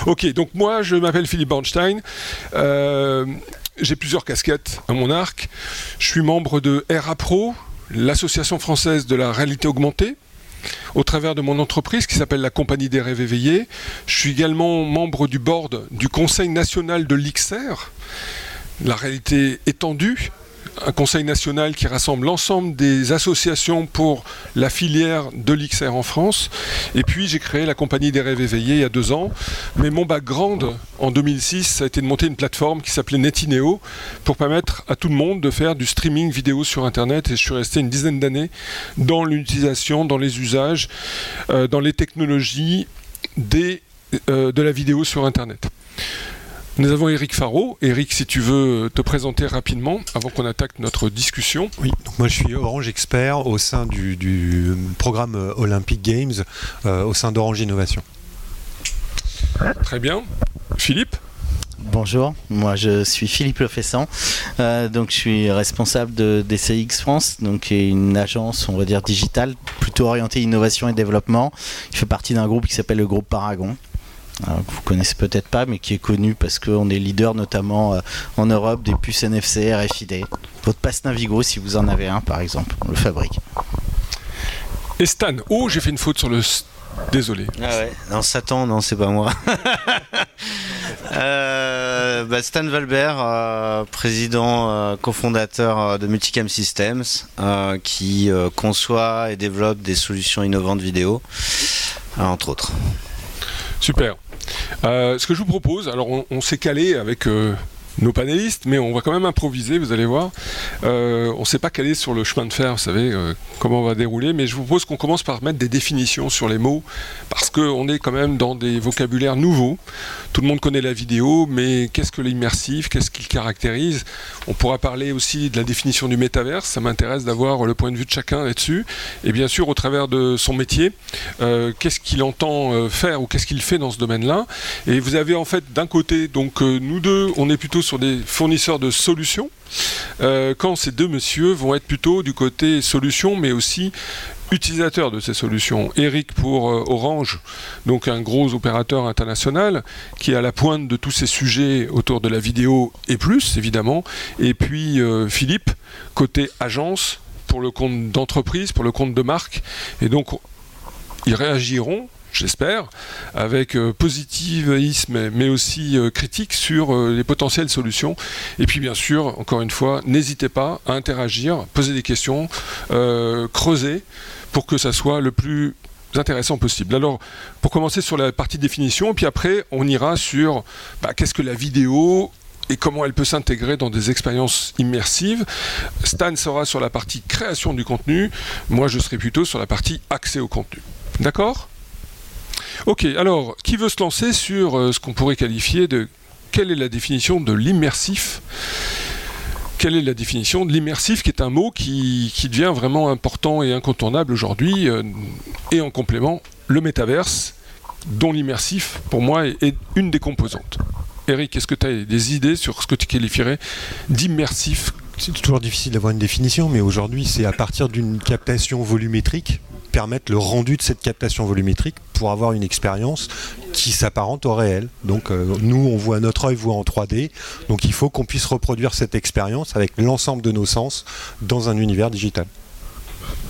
Ok, donc moi je m'appelle Philippe Bornstein, j'ai plusieurs casquettes à mon arc, je suis membre de RA Pro, l'association française de la réalité augmentée, au travers de mon entreprise qui s'appelle la Compagnie des Rêves Éveillés. Je suis également membre du board du Conseil national de l'XR, la réalité étendue, un conseil national qui rassemble l'ensemble des associations pour la filière de l'XR en France. Et puis j'ai créé la Compagnie des Rêves Éveillés il y a 2 ans. Mais mon background en 2006, ça a été de monter une plateforme qui s'appelait Netineo pour permettre à tout le monde de faire du streaming vidéo sur Internet. Et je suis resté une dizaine d'années dans l'utilisation, dans les usages, dans les technologies de la vidéo sur Internet. Nous avons Eric Faro. Eric, si tu veux te présenter rapidement avant qu'on attaque notre discussion. Oui, donc moi je suis Orange Expert au sein du programme Olympic Games au sein d'Orange Innovation. Très bien. Philippe ? Bonjour, moi je suis Philippe Lefessant, donc je suis responsable de DCX France, donc qui est une agence, on va dire digitale, plutôt orientée innovation et développement, qui fait partie d'un groupe qui s'appelle le groupe Paragon. Que vous connaissez peut-être pas, mais qui est connu parce qu'on est leader notamment en Europe des puces NFC, RFID. Votre passe Navigo, si vous en avez un par exemple, on le fabrique. Et Stan, oh j'ai fait une faute sur le... Désolé. Ah ouais, non Satan, non c'est pas moi. Stan Valbert, président cofondateur de Multicam Systems, qui conçoit et développe des solutions innovantes vidéo, entre autres. Super. Ce que je vous propose, alors on s'est calé avec nos panélistes, mais on va quand même improviser, vous allez voir. On ne s'est pas calé sur le chemin de fer, vous savez, comment on va dérouler, mais je vous propose qu'on commence par mettre des définitions sur les mots, parce qu'on est quand même dans des vocabulaires nouveaux. Tout le monde connaît la vidéo, mais qu'est-ce que l'immersif? Qu'est-ce qu'il caractérise? On pourra parler aussi de la définition du métaverse, ça m'intéresse d'avoir le point de vue de chacun là-dessus. Et bien sûr, au travers de son métier, qu'est-ce qu'il entend faire ou qu'est-ce qu'il fait dans ce domaine-là. Et vous avez en fait d'un côté, donc nous deux, on est plutôt sur des fournisseurs de solutions, quand ces deux messieurs vont être plutôt du côté solutions, mais aussi utilisateurs de ces solutions. Eric pour Orange, donc un gros opérateur international qui est à la pointe de tous ces sujets autour de la vidéo et plus, évidemment. Et puis Philippe, côté agence, pour le compte d'entreprise, pour le compte de marque. Et donc, ils réagiront, j'espère, avec positivisme mais aussi critique sur les potentielles solutions. Et puis bien sûr, encore une fois, n'hésitez pas à interagir, poser des questions, creuser pour que ça soit le plus intéressant possible. Alors, pour commencer sur la partie définition, et puis après, on ira sur qu'est-ce que la vidéo et comment elle peut s'intégrer dans des expériences immersives. Stan sera sur la partie création du contenu, moi je serai plutôt sur la partie accès au contenu. D'accord ? Ok, alors, qui veut se lancer sur ce qu'on pourrait qualifier de... Quelle est la définition de l'immersif ? Quelle est la définition de l'immersif, qui est un mot qui devient vraiment important et incontournable aujourd'hui, et en complément, le métaverse, dont l'immersif, pour moi, est une des composantes. Eric, est-ce que tu as des idées sur ce que tu qualifierais d'immersif ? C'est toujours difficile d'avoir une définition, mais aujourd'hui, c'est à partir d'une captation volumétrique, permettre le rendu de cette captation volumétrique pour avoir une expérience qui s'apparente au réel. Donc nous, on voit, notre œil voit en 3D, donc il faut qu'on puisse reproduire cette expérience avec l'ensemble de nos sens dans un univers digital. Philippe ?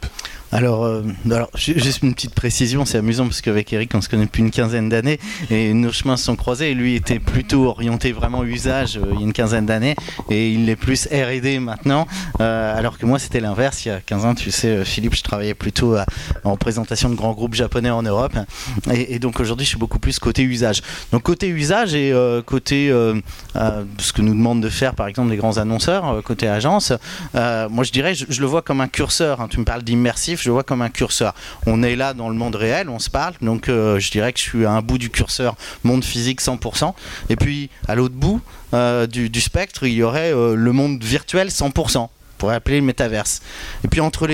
Alors, juste une petite précision, c'est amusant parce qu'avec Eric, on se connaît depuis une quinzaine d'années et nos chemins se sont croisés. Et lui était plutôt orienté vraiment usage il y a une quinzaine d'années et il est plus R&D maintenant. Alors que moi, c'était l'inverse. Il y a 15 ans, tu sais, Philippe, je travaillais plutôt en représentation de grands groupes japonais en Europe. Et donc aujourd'hui, je suis beaucoup plus côté usage. Donc côté usage et côté ce que nous demandent de faire, par exemple, les grands annonceurs, côté agence, moi je dirais, je le vois comme un curseur. Hein. Tu me parles d'immersif. Je le vois comme un curseur. On est là dans le monde réel, on se parle, donc je dirais que je suis à un bout du curseur monde physique 100%, et puis à l'autre bout du spectre, il y aurait le monde virtuel 100%, on pourrait appeler le métaverse. Et puis entre les deux,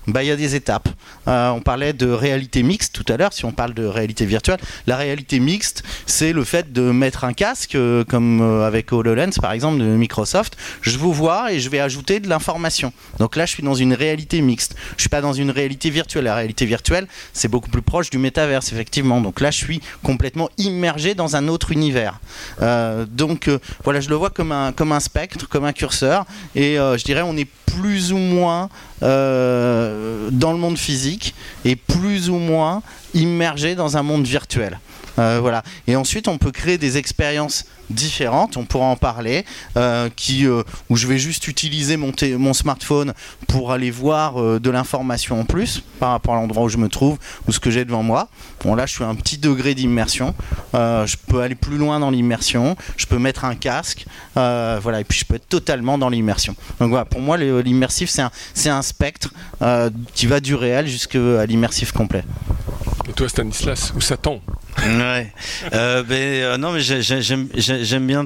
il y a des étapes. On parlait de réalité mixte tout à l'heure, si on parle de réalité virtuelle. La réalité mixte, c'est le fait de mettre un casque, comme avec HoloLens par exemple de Microsoft. Je vous vois et je vais ajouter de l'information. Donc là, je suis dans une réalité mixte. Je ne suis pas dans une réalité virtuelle. La réalité virtuelle, c'est beaucoup plus proche du métaverse, effectivement. Donc là, je suis complètement immergé dans un autre univers. Voilà, je le vois comme un spectre, comme un curseur. Et je dirais, on est plus ou moins dans le monde physique et plus ou moins immergé dans un monde virtuel. Voilà. Et ensuite, on peut créer des expériences différentes, on pourra en parler, où je vais juste utiliser mon smartphone pour aller voir de l'information en plus par rapport à l'endroit où je me trouve ou ce que j'ai devant moi. Bon, là, je suis à un petit degré d'immersion. Je peux aller plus loin dans l'immersion. Je peux mettre un casque, voilà, et puis je peux être totalement dans l'immersion. Donc voilà, pour moi, l'immersif, c'est un spectre qui va du réel jusqu'à l'immersif complet. Et toi, Stanislas, où ça tend? Ouais. Non, mais j'aime bien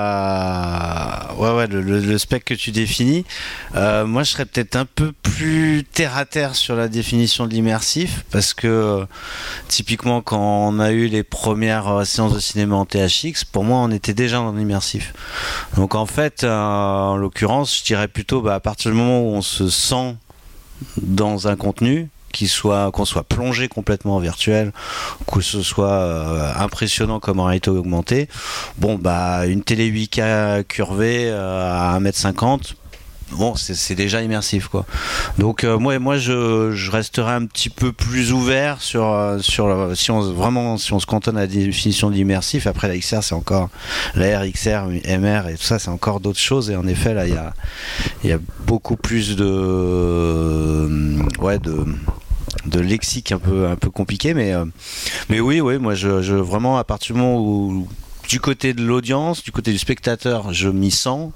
le spectre que tu définis. Moi, je serais peut-être un peu plus terre à terre sur la définition de l'immersif, parce que typiquement, quand on a eu les premières séances de cinéma en THX, pour moi, on était déjà dans l'immersif. Donc, en fait, en l'occurrence, je dirais plutôt, à partir du moment où on se sent dans un contenu, qu'on soit plongé complètement en virtuel, que ce soit impressionnant comme en réalité augmentée, une télé 8K curvée à 1m50, c'est déjà immersif, quoi. Donc moi je resterai un petit peu plus ouvert si on se cantonne à la définition d'immersif. Après, la XR, c'est encore la RXR, MR et tout ça, c'est encore d'autres choses. Et en effet, là, il y a beaucoup plus de lexique un peu compliqué, mais oui, moi je vraiment, à partir du moment où du côté de l'audience, du côté du spectateur, je m'y sens,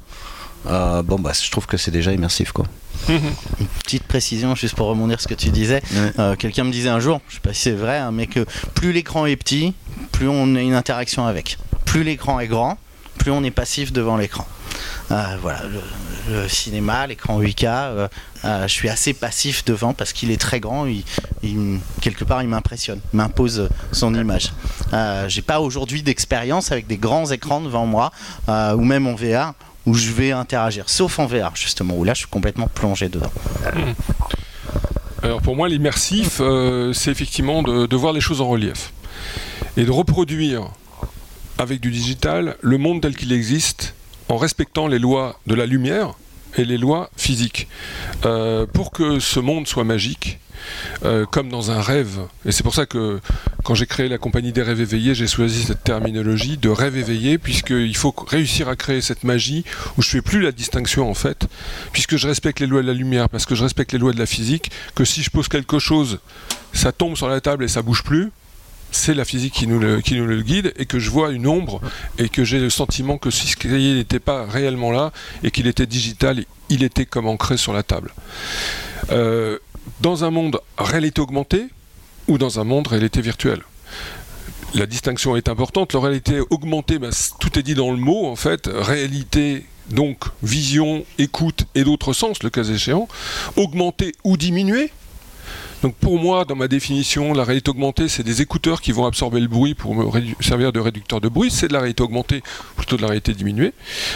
je trouve que c'est déjà immersif, quoi. Une petite précision juste pour rebondir ce que tu disais. Ouais. Quelqu'un me disait un jour, je sais pas si c'est vrai, mais que plus l'écran est petit, plus on a une interaction avec. Plus l'écran est grand, plus on est passif devant l'écran. Voilà, le cinéma, l'écran 8K, je suis assez passif devant parce qu'il est très grand, quelque part il m'impressionne, il m'impose son image. J'ai pas aujourd'hui d'expérience avec des grands écrans devant moi, ou même en VR, où je vais interagir, sauf en VR justement, où là je suis complètement plongé dedans. Alors pour moi, l'immersif, c'est effectivement de voir les choses en relief et de reproduire avec du digital le monde tel qu'il existe, en respectant les lois de la lumière et les lois physiques. Pour que ce monde soit magique, comme dans un rêve, et c'est pour ça que quand j'ai créé la compagnie des rêves éveillés, j'ai choisi cette terminologie de rêve éveillé, puisqu'il faut réussir à créer cette magie où je ne fais plus la distinction, en fait, puisque je respecte les lois de la lumière, parce que je respecte les lois de la physique, que si je pose quelque chose, ça tombe sur la table et ça bouge plus. C'est la physique qui nous le guide, et que je vois une ombre et que j'ai le sentiment que si ce cahier n'était pas réellement là et qu'il était digital, il était comme ancré sur la table. Dans un monde réalité augmentée ou dans un monde réalité virtuelle. La distinction est importante. La réalité augmentée, tout est dit dans le mot, en fait. Réalité, donc vision, écoute et d'autres sens, le cas échéant. Augmentée ou diminuée. Donc pour moi, dans ma définition, la réalité augmentée, c'est des écouteurs qui vont absorber le bruit pour me servir de réducteur de bruit. C'est de la réalité augmentée, plutôt de la réalité diminuée.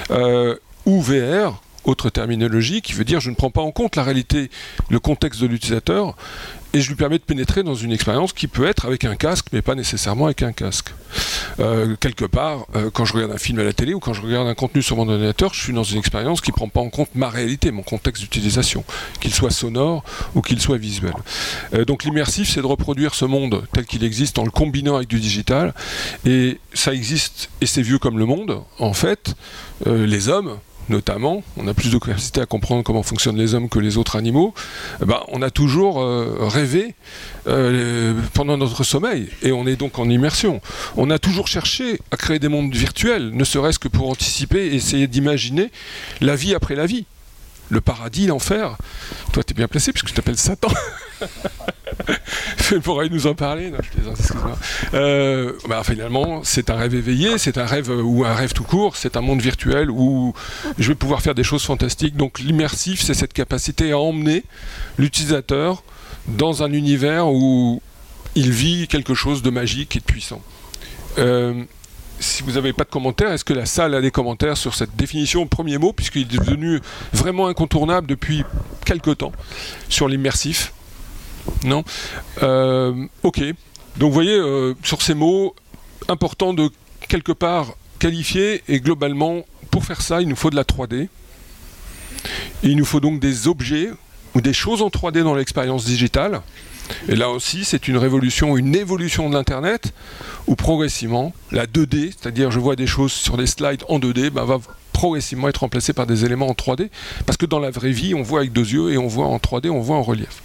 Ou VR, autre terminologie, qui veut dire je ne prends pas en compte la réalité, le contexte de l'utilisateur, et je lui permets de pénétrer dans une expérience qui peut être avec un casque, mais pas nécessairement avec un casque. Quelque part, quand je regarde un film à la télé ou quand je regarde un contenu sur mon ordinateur, je suis dans une expérience qui ne prend pas en compte ma réalité, mon contexte d'utilisation, qu'il soit sonore ou qu'il soit visuel. Donc l'immersif, c'est de reproduire ce monde tel qu'il existe en le combinant avec du digital, et ça existe, et c'est vieux comme le monde, en fait, les hommes, notamment, on a plus de capacité à comprendre comment fonctionnent les hommes que les autres animaux, on a toujours rêvé pendant notre sommeil, et on est donc en immersion. On a toujours cherché à créer des mondes virtuels, ne serait-ce que pour anticiper et essayer d'imaginer la vie après la vie. Le paradis, l'enfer. Toi, tu es bien placé puisque tu t'appelles Satan. pourrait nous en parler. Non, je plaisante, excuse-moi. Finalement, c'est un rêve éveillé, c'est un rêve ou un rêve tout court, c'est un monde virtuel où je vais pouvoir faire des choses fantastiques. Donc l'immersif, c'est cette capacité à emmener l'utilisateur dans un univers où il vit quelque chose de magique et de puissant. Si vous n'avez pas de commentaires, est-ce que la salle a des commentaires sur cette définition, premier mot, puisqu'il est devenu vraiment incontournable depuis quelque temps, sur l'immersif? Non. Ok. Donc vous voyez, sur ces mots, important de quelque part qualifier, et globalement, pour faire ça, il nous faut de la 3D. Et il nous faut donc des objets ou des choses en 3D dans l'expérience digitale. Et là aussi, c'est une révolution, une évolution de l'Internet, où progressivement, la 2D, c'est-à-dire je vois des choses sur des slides en 2D, va progressivement être remplacée par des éléments en 3D, parce que dans la vraie vie, on voit avec 2 yeux, et on voit en 3D, on voit en relief.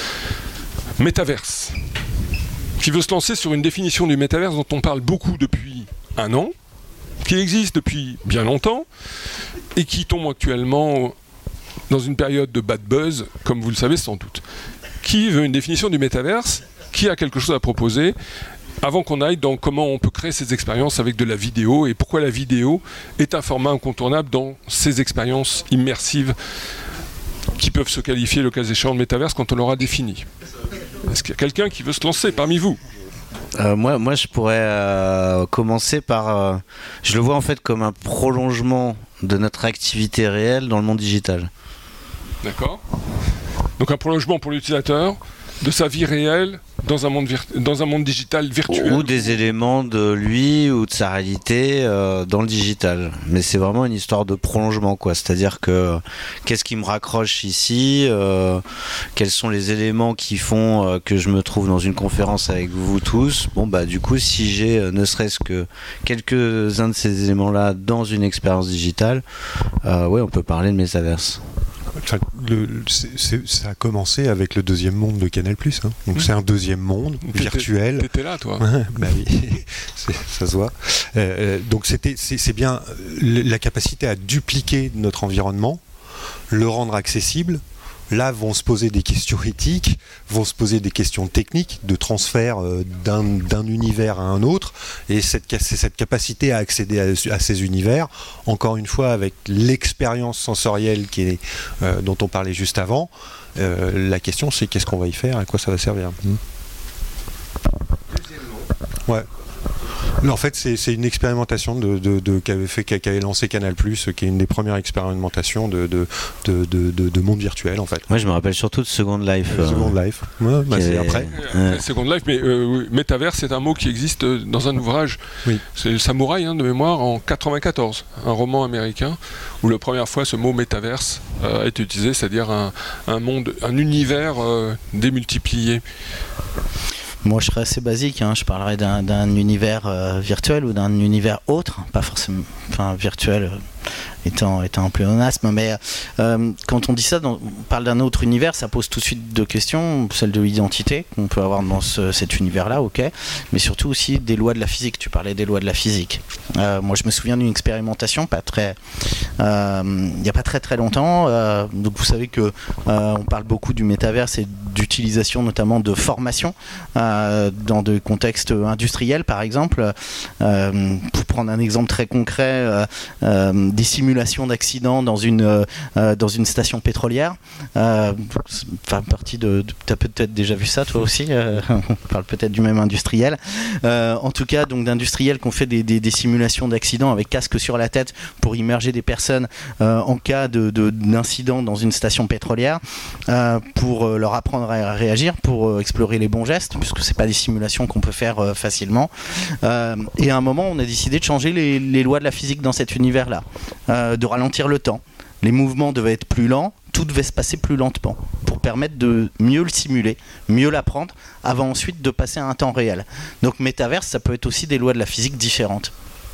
Métaverse. Qui veut se lancer sur une définition du métaverse dont on parle beaucoup depuis un an, qui existe depuis bien longtemps, et qui tombe actuellement dans une période de bad buzz, comme vous le savez sans doute. Qui veut une définition du métaverse? Qui a quelque chose à proposer avant qu'on aille dans comment on peut créer ces expériences avec de la vidéo et pourquoi la vidéo est un format incontournable dans ces expériences immersives qui peuvent se qualifier le cas échéant de métaverse quand on l'aura défini. Est-ce qu'il y a quelqu'un qui veut se lancer parmi vous? Moi, je pourrais commencer par... je le vois en fait comme un prolongement de notre activité réelle dans le monde digital. D'accord. Donc un prolongement pour l'utilisateur de sa vie réelle dans un monde digital virtuel. Ou des éléments de lui ou de sa réalité dans le digital. Mais c'est vraiment une histoire de prolongement, quoi. C'est-à-dire que qu'est-ce qui me raccroche ici, quels sont les éléments qui font que je me trouve dans une conférence avec vous tous. Bon, bah du coup, si j'ai ne serait-ce que quelques-uns de ces éléments-là dans une expérience digitale, ouais, on peut parler de métaverse. Enfin, ça a commencé avec le deuxième monde de Canal+. Hein. Donc c'est un deuxième monde virtuel. T'étais là, toi. Bah oui, ça se voit. Donc c'est bien la capacité à dupliquer notre environnement, le rendre accessible. Là vont se poser des questions éthiques, vont se poser des questions techniques de transfert d'un univers à un autre, et c'est cette capacité à accéder à ces univers, encore une fois avec l'expérience sensorielle dont on parlait juste avant. La question c'est qu'est-ce qu'on va y faire, à quoi ça va servir. Ouais. En fait, c'est une expérimentation qu'avait lancé Canal+, qui est une des premières expérimentations de monde virtuel, en fait. Moi, je me rappelle surtout de Second Life. Second Life, ouais, c'est après. Second Life, mais métaverse, c'est un mot qui existe dans un ouvrage. Oui. C'est le Samouraï, de mémoire, en 94, un roman américain, où la première fois ce mot métaverse a été utilisé, c'est-à-dire un monde, un univers démultiplié. Moi, je serais assez basique. Je parlerais d'un univers virtuel ou d'un univers autre, pas forcément, enfin virtuel étant un pléonasme. Mais quand on dit ça, on parle d'un autre univers, ça pose tout de suite deux questions, celle de l'identité qu'on peut avoir dans cet univers-là, ok, mais surtout aussi des lois de la physique. Tu parlais des lois de la physique. Moi, je me souviens d'une expérimentation, il n'y a pas très longtemps. Donc, vous savez que on parle beaucoup du métaverse et d'utilisation notamment de formation dans des contextes industriels, par exemple. Pour prendre un exemple très concret, des simulations d'accidents dans une station pétrolière. T'as peut-être déjà vu ça toi aussi. On parle peut-être du même industriel. En tout cas, donc d'industriels qui ont fait des simulations d'accidents avec casque sur la tête pour immerger des personnes en cas d'incident dans une station pétrolière, pour leur apprendre à réagir, pour explorer les bons gestes, puisque c'est pas des simulations qu'on peut faire facilement. Et à un moment, on a décidé de changer les lois de la physique dans cet univers-là, de ralentir le temps. Les mouvements devaient être plus lents, tout devait se passer plus lentement pour permettre de mieux le simuler, mieux l'apprendre, avant ensuite de passer à un temps réel. Donc métaverse, ça peut être aussi des lois de la physique différentes.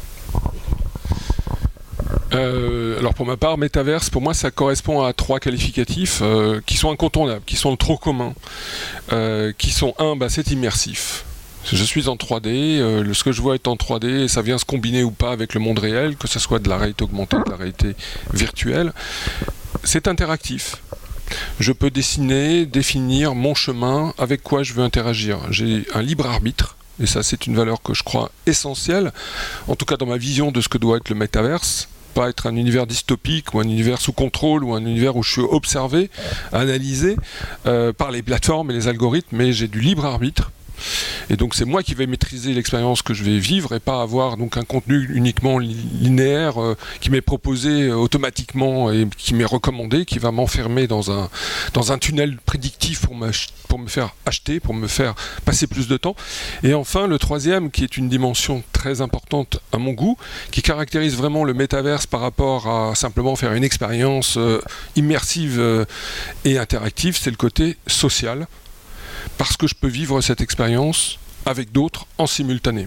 Alors pour ma part, métaverse, pour moi, ça correspond à 3 qualificatifs qui sont incontournables, qui sont le trop commun, qui sont c'est immersif. Je suis en 3D, ce que je vois est en 3D, et ça vient se combiner ou pas avec le monde réel, que ce soit de la réalité augmentée, de la réalité virtuelle. C'est interactif. Je peux dessiner, définir mon chemin, avec quoi je veux interagir. J'ai un libre arbitre, et ça c'est une valeur que je crois essentielle, en tout cas dans ma vision de ce que doit être le métaverse. Pas être un univers dystopique ou un univers sous contrôle ou un univers où je suis observé, analysé par les plateformes et les algorithmes, mais j'ai du libre arbitre. Et donc c'est moi qui vais maîtriser l'expérience que je vais vivre et pas avoir donc un contenu uniquement linéaire qui m'est proposé automatiquement et qui m'est recommandé, qui va m'enfermer dans un tunnel prédictif pour me faire acheter, pour me faire passer plus de temps. Et enfin le troisième, qui est une dimension très importante à mon goût, qui caractérise vraiment le métaverse par rapport à simplement faire une expérience immersive et interactive, c'est le côté social. Parce que je peux vivre cette expérience avec d'autres en simultané.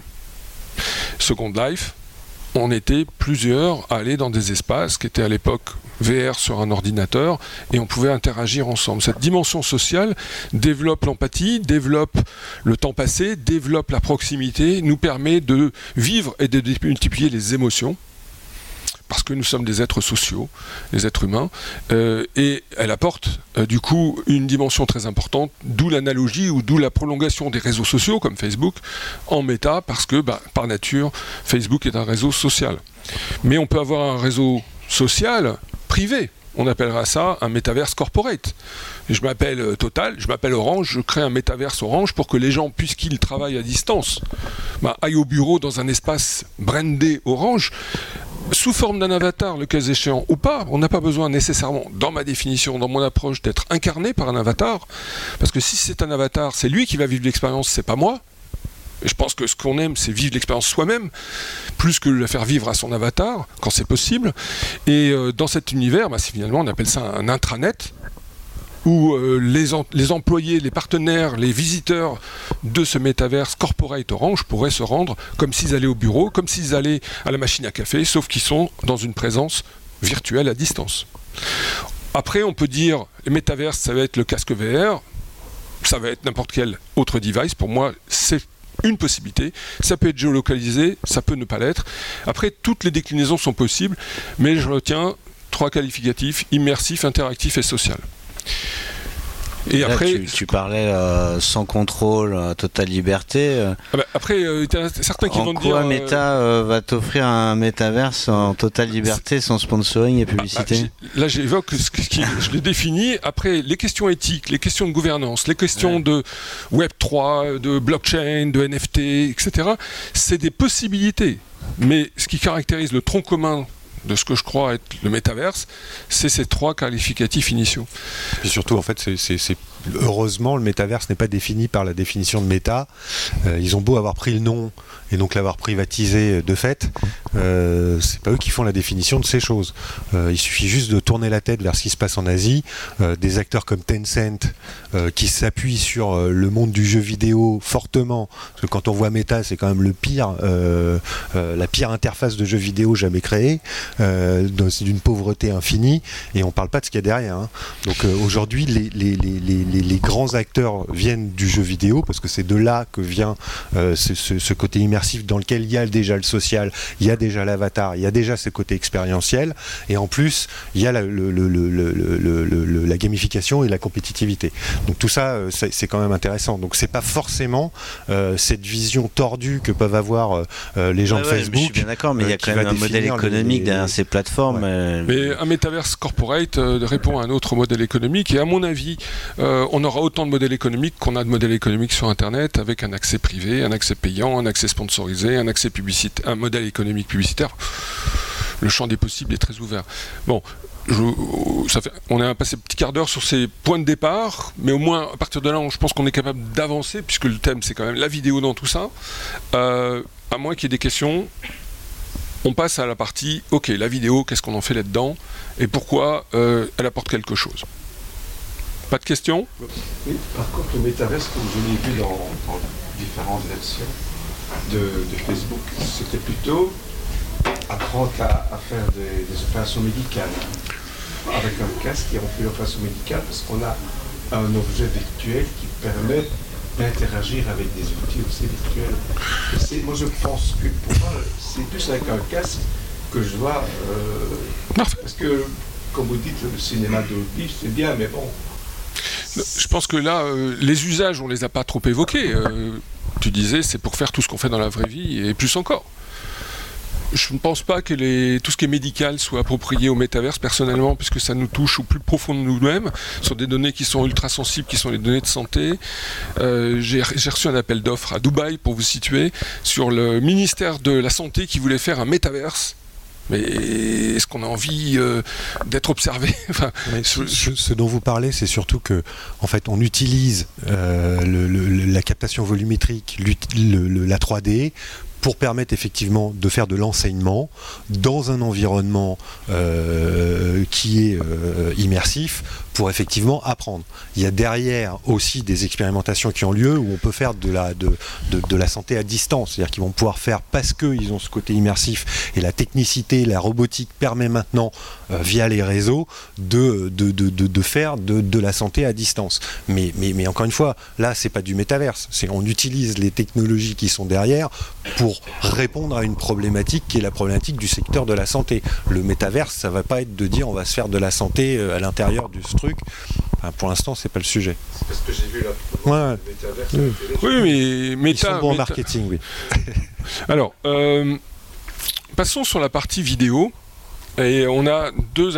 Second Life, on était plusieurs à aller dans des espaces qui étaient à l'époque VR sur un ordinateur et on pouvait interagir ensemble. Cette dimension sociale développe l'empathie, développe le temps passé, développe la proximité, nous permet de vivre et de multiplier les émotions. Parce que nous sommes des êtres sociaux, des êtres humains, et elle apporte du coup une dimension très importante, d'où l'analogie ou d'où la prolongation des réseaux sociaux comme Facebook en méta, parce que par nature, Facebook est un réseau social. Mais on peut avoir un réseau social privé. On appellera ça un métaverse corporate. Je m'appelle Total, je m'appelle Orange, je crée un métaverse Orange pour que les gens, puisqu'ils travaillent à distance, aillent au bureau dans un espace brandé Orange, sous forme d'un avatar, le cas échéant ou pas. On n'a pas besoin nécessairement, dans ma définition, dans mon approche, d'être incarné par un avatar, parce que si c'est un avatar, c'est lui qui va vivre l'expérience, c'est pas moi. Et je pense que ce qu'on aime, c'est vivre l'expérience soi-même, plus que la faire vivre à son avatar, quand c'est possible. Et dans cet univers, finalement, on appelle ça un intranet, où les employés, les partenaires, les visiteurs de ce métaverse corporate Orange pourraient se rendre comme s'ils allaient au bureau, comme s'ils allaient à la machine à café, sauf qu'ils sont dans une présence virtuelle à distance. Après, on peut dire, le métaverse, ça va être le casque VR, ça va être n'importe quel autre device. Pour moi, c'est une possibilité. Ça peut être géolocalisé, ça peut ne pas l'être. Après, toutes les déclinaisons sont possibles, mais je retiens 3 qualificatifs: immersif, interactif et social. Et là, après, tu parlais sans contrôle, totale liberté. Après, certains qui vont dire. En quoi Meta va t'offrir un métaverse en totale liberté, sans sponsoring et publicité? Là, j'évoque je l'ai défini. Après, les questions éthiques, les questions de gouvernance, les questions de Web3, de blockchain, de NFT, etc. C'est des possibilités. Mais ce qui caractérise le tronc commun de ce que je crois être le métaverse, c'est ces 3 qualificatifs initiaux. Et surtout, en fait, heureusement, le métaverse n'est pas défini par la définition de méta. Ils ont beau avoir pris le nom et donc l'avoir privatisé de fait, c'est pas eux qui font la définition de ces choses. Il suffit juste de tourner la tête vers ce qui se passe en Asie. Des acteurs comme Tencent qui s'appuient sur le monde du jeu vidéo fortement, parce que quand on voit Meta, c'est quand même le pire, la pire interface de jeu vidéo jamais créée. C'est d'une pauvreté infinie et on parle pas de ce qu'il y a derrière. Donc aujourd'hui, les grands acteurs viennent du jeu vidéo parce que c'est de là que vient ce côté immersif dans lequel il y a déjà le social, il y a déjà l'avatar, il y a déjà ce côté expérientiel et en plus il y a la gamification et la compétitivité. Donc tout ça, c'est quand même intéressant. Donc c'est pas forcément cette vision tordue que peuvent avoir les gens de Facebook. Je suis bien d'accord, mais il y a quand même un modèle économique derrière ces plateformes. Mais un métaverse corporate répond à un autre modèle économique et à mon avis, on aura autant de modèles économiques qu'on a de modèles économiques sur Internet, avec un accès privé, un accès payant, un accès sponsorisé, un accès publicitaire, un modèle économique publicitaire. Le champ des possibles est très ouvert. Bon, on a passé un petit quart d'heure sur ces points de départ, mais au moins à partir de là, je pense qu'on est capable d'avancer, puisque le thème c'est quand même la vidéo dans tout ça. À moins qu'il y ait des questions, on passe à la partie, ok, la vidéo, qu'est-ce qu'on en fait là-dedans, et pourquoi elle apporte quelque chose. Pas de questions? Oui, par contre, le métaverse, comme je l'ai vu dans différentes versions de Facebook, c'était plutôt apprendre à faire des opérations médicales avec un casque, et on fait l'opération médicale parce qu'on a un objet virtuel qui permet d'interagir avec des outils aussi virtuels. Moi je pense que pour moi c'est plus avec un casque que je dois parce que comme vous dites, le cinéma de Dolby, c'est bien, mais bon. Je pense que là, les usages, on les a pas trop évoqués. Tu disais, c'est pour faire tout ce qu'on fait dans la vraie vie, et plus encore. Je ne pense pas que tout ce qui est médical soit approprié au métaverse personnellement, puisque ça nous touche au plus profond de nous-mêmes, sur des données qui sont ultra sensibles, qui sont les données de santé. J'ai reçu un appel d'offres à Dubaï, pour vous situer, sur le ministère de la Santé qui voulait faire un métaverse. Mais est-ce qu'on a envie d'être observé? Enfin, ce dont vous parlez, c'est surtout que, en fait, on utilise la captation volumétrique, la 3D, pour permettre effectivement de faire de l'enseignement dans un environnement qui est immersif, pour effectivement apprendre. Il y a derrière aussi des expérimentations qui ont lieu où on peut faire de la santé à distance, c'est-à-dire qu'ils vont pouvoir faire, parce qu'ils ont ce côté immersif et la technicité, la robotique permet maintenant, via les réseaux, de faire de la santé à distance. Mais encore une fois, là, c'est pas du métaverse. On utilise les technologies qui sont derrière pour répondre à une problématique qui est la problématique du secteur de la santé. Le métaverse, ça va pas être de dire on va se faire de la santé à l'intérieur du truc. Enfin, pour l'instant, c'est pas le sujet. C'est parce que j'ai vu la métaverse. Oui, mais ils sont bons en marketing, oui. Alors, passons sur la partie vidéo. Et on a deux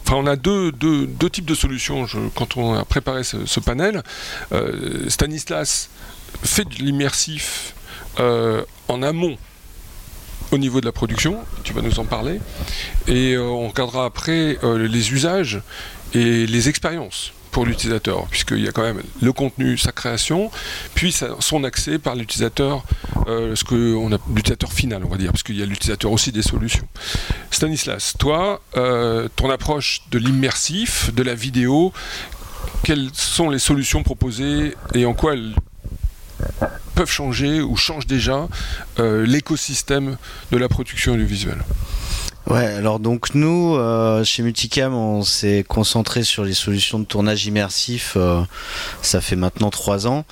types de solutions quand on a préparé ce panel. Stanislas fait de l'immersif en amont au niveau de la production, tu vas nous en parler, et on regardera après les usages et les expériences pour l'utilisateur, puisqu'il y a quand même le contenu, sa création, puis son accès par l'utilisateur, l'utilisateur final, on va dire, parce qu'il y a l'utilisateur aussi des solutions. Stanislas, toi, ton approche de l'immersif, de la vidéo, quelles sont les solutions proposées et en quoi elles peuvent changer ou changent déjà l'écosystème de la production audiovisuelle? Ouais, alors donc nous, chez Multicam, on s'est concentré sur les solutions de tournage immersif, ça fait maintenant 3 ans.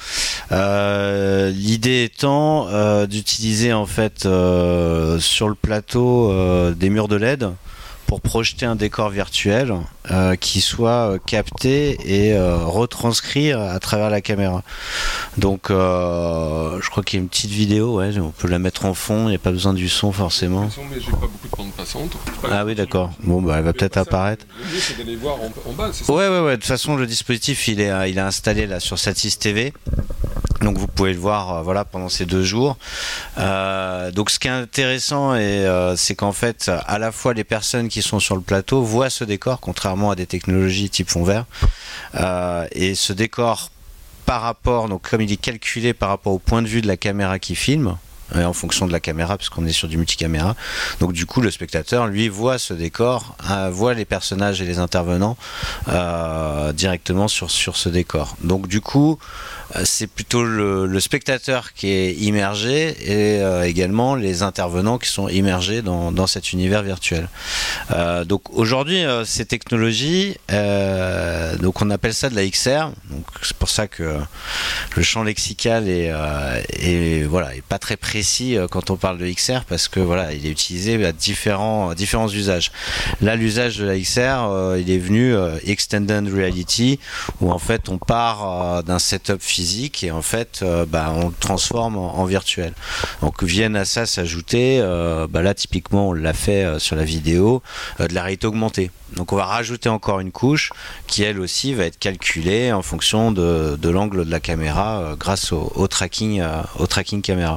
L'idée étant d'utiliser en fait sur le plateau des murs de LED pour projeter un décor virtuel qui soit capté et retranscrit à travers la caméra. Donc je crois qu'il y a une petite vidéo, ouais, on peut la mettre en fond, il n'y a pas besoin du son forcément. Mais j'ai pas beaucoup de bande passante. Ah oui, d'accord. Bon, bah elle va peut-être apparaître. Le mieux, c'est d'aller voir en bas, c'est ça? Ouais. De toute façon, le dispositif, il est installé là sur Satis TV. Donc vous pouvez le voir voilà, pendant ces 2 jours. Donc ce qui est intéressant, c'est qu'en fait, à la fois les personnes qui sont sur le plateau voient ce décor, contrairement à des technologies type fond vert. Et ce décor, par rapport, donc comme il est calculé par rapport au point de vue de la caméra qui filme, en fonction de la caméra, puisqu'on est sur du multicaméra. Donc du coup, le spectateur, lui, voit ce décor, voit les personnages et les intervenants directement sur ce décor. Donc du coup, c'est plutôt le spectateur qui est immergé et également les intervenants qui sont immergés dans cet univers virtuel. Donc aujourd'hui, ces technologies, donc on appelle ça de la XR. Donc c'est pour ça que le champ lexical est pas très précis quand on parle de XR, parce que voilà, il est utilisé à différents usages. Là, l'usage de la XR, il est venu Extended Reality, où en fait on part d'un setup physique et en fait on le transforme en virtuel. Donc viennent à ça s'ajouter, là typiquement on l'a fait sur la vidéo, de la réalité augmentée. Donc on va rajouter encore une couche qui elle aussi va être calculée en fonction de l'angle de la caméra grâce au tracking caméra.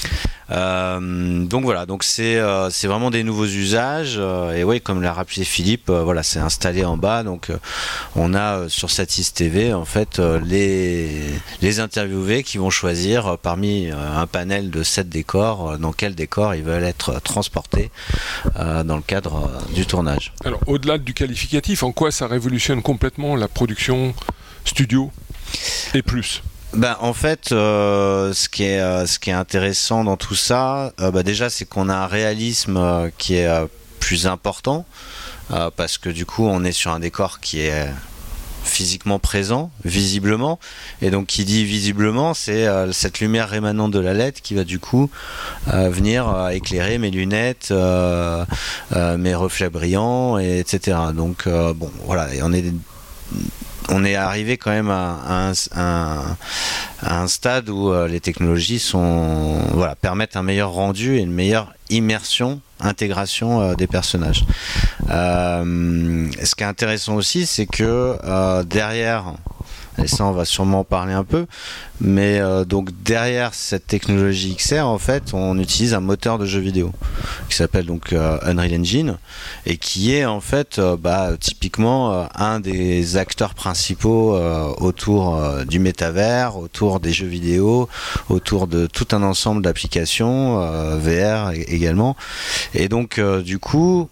Donc voilà, donc c'est vraiment des nouveaux usages et oui, comme l'a rappelé Philippe, voilà, c'est installé en bas. Donc on a sur Satis TV en fait les interviewés qui vont choisir parmi un panel de 7 décors dans quel décor ils veulent être transportés dans le cadre du tournage. Alors au-delà du qualificatif, en quoi ça révolutionne complètement la production studio et plus? En fait, ce qui est intéressant dans tout ça, déjà c'est qu'on a un réalisme qui est plus important parce que du coup on est sur un décor qui est physiquement présent, visiblement. Et donc, qui dit visiblement, c'est cette lumière rémanente de la LED qui va du coup venir éclairer mes lunettes, mes reflets brillants, etc. Donc, bon, voilà, et on est arrivé quand même à un stade où les technologies permettent un meilleur rendu et une meilleure immersion, intégration des personnages. Ce qui est intéressant aussi, c'est que derrière, et ça on va sûrement en parler un peu, mais donc derrière cette technologie XR, en fait, on utilise un moteur de jeu vidéo qui s'appelle donc Unreal Engine et qui est en fait typiquement un des acteurs principaux autour du métavers, autour des jeux vidéo, autour de tout un ensemble d'applications VR également. Et donc du coup,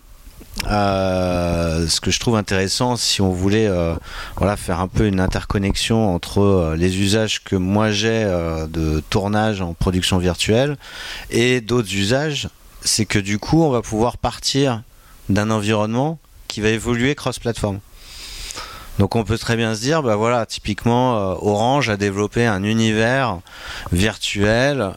ce que je trouve intéressant, si on voulait faire un peu une interconnexion entre les usages que moi j'ai de tournage en production virtuelle et d'autres usages, c'est que du coup on va pouvoir partir d'un environnement qui va évoluer cross-platform. Donc on peut très bien se dire, typiquement Orange a développé un univers virtuel,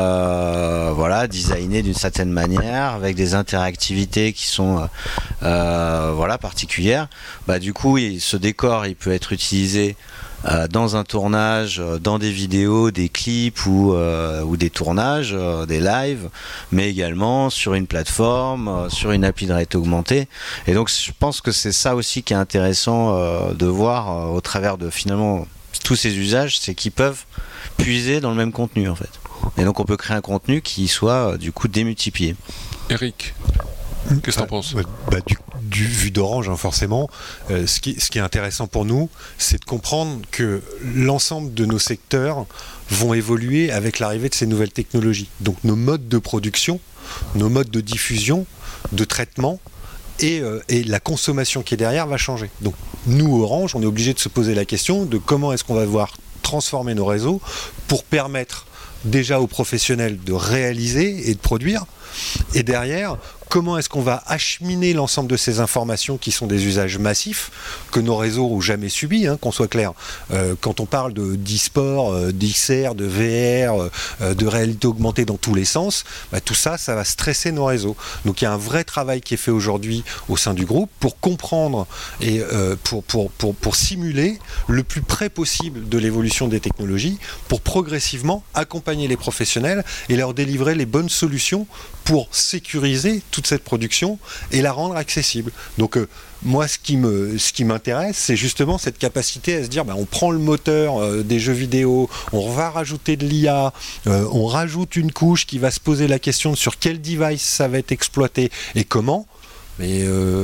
designé d'une certaine manière, avec des interactivités qui sont particulières. Du coup, ce décor, il peut être utilisé dans un tournage, dans des vidéos, des clips ou des tournages, des lives, mais également sur une plateforme, sur une appli de réalité augmentée. Et donc je pense que c'est ça aussi qui est intéressant de voir au travers de finalement tous ces usages, c'est qu'ils peuvent puiser dans le même contenu en fait. Et donc on peut créer un contenu qui soit du coup démultiplié. Eric, qu'est-ce que t'en penses ? Du vu d'Orange, forcément, ce qui est intéressant pour nous, c'est de comprendre que l'ensemble de nos secteurs vont évoluer avec l'arrivée de ces nouvelles technologies. Donc nos modes de production, nos modes de diffusion, de traitement et la consommation qui est derrière va changer. Donc nous, Orange, on est obligé de se poser la question de comment est-ce qu'on va devoir transformer nos réseaux pour permettre déjà aux professionnels de réaliser et de produire, et derrière, comment est-ce qu'on va acheminer l'ensemble de ces informations qui sont des usages massifs que nos réseaux n'ont jamais subis, qu'on soit clair. Quand on parle d'e-sport, d'XR, de VR, de réalité augmentée dans tous les sens, tout ça, ça va stresser nos réseaux. Donc il y a un vrai travail qui est fait aujourd'hui au sein du groupe pour comprendre et pour simuler le plus près possible de l'évolution des technologies, pour progressivement accompagner les professionnels et leur délivrer les bonnes solutions pour sécuriser toute cette production et la rendre accessible. Donc moi, ce qui m'intéresse, c'est justement cette capacité à se dire, on prend le moteur des jeux vidéo, on va rajouter de l'IA, on rajoute une couche qui va se poser la question de sur quel device ça va être exploité et comment. Mais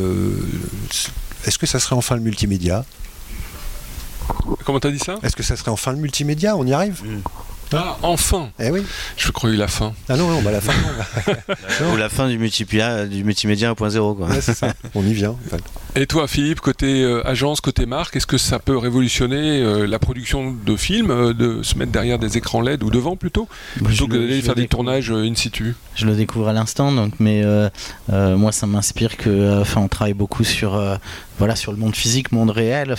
est-ce que ça serait enfin le multimédia ? Comment t'as dit ça ? Est-ce que ça serait enfin le multimédia ? On y arrive ? Ah, enfin. Eh oui. Je croyais la fin. Ah non, la fin non. Ou la fin du multimédia 1.0 quoi. Ouais, c'est ça, on y vient. En fait. Et toi Philippe, côté agence, côté marque, est-ce que ça peut révolutionner la production de films, de se mettre derrière des écrans LED ou devant plutôt que d'aller faire des tournages in situ ? Je le découvre à l'instant, mais moi ça m'inspire que, on travaille beaucoup sur le monde physique, monde réel,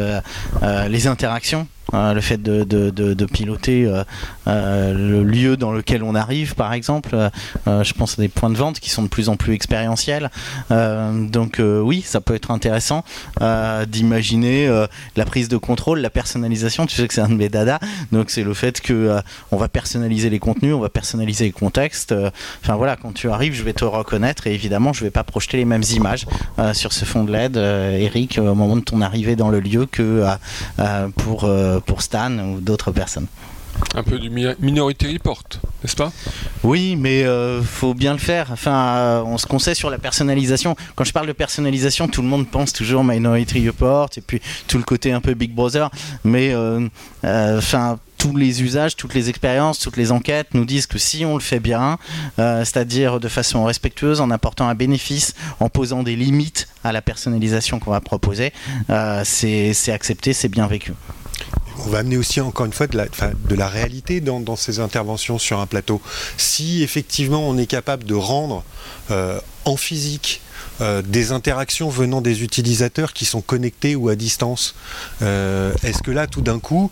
les interactions. Le fait de piloter le lieu dans lequel on arrive, par exemple, je pense à des points de vente qui sont de plus en plus expérientiels. Donc oui, ça peut être intéressant d'imaginer la prise de contrôle, la personnalisation. Tu sais que c'est un de mes dadas, donc c'est le fait que on va personnaliser les contenus, on va personnaliser les contextes. Quand tu arrives, je vais te reconnaître et évidemment, je vais pas projeter les mêmes images sur ce fond de LED, Eric, au moment de ton arrivée dans le lieu que pour Stan ou d'autres personnes. Un peu du Minority Report, n'est-ce pas ? Oui, mais faut bien le faire. Ce qu'on sait sur la personnalisation, quand je parle de personnalisation, tout le monde pense toujours Minority Report et puis tout le côté un peu Big Brother, mais tous les usages, toutes les expériences, toutes les enquêtes nous disent que si on le fait bien, c'est-à-dire de façon respectueuse, en apportant un bénéfice, en posant des limites à la personnalisation qu'on va proposer, c'est accepté, c'est bien vécu. On va amener aussi encore une fois de la réalité dans ces interventions sur un plateau. Si effectivement on est capable de rendre en physique des interactions venant des utilisateurs qui sont connectés ou à distance. Est-ce que là, tout d'un coup,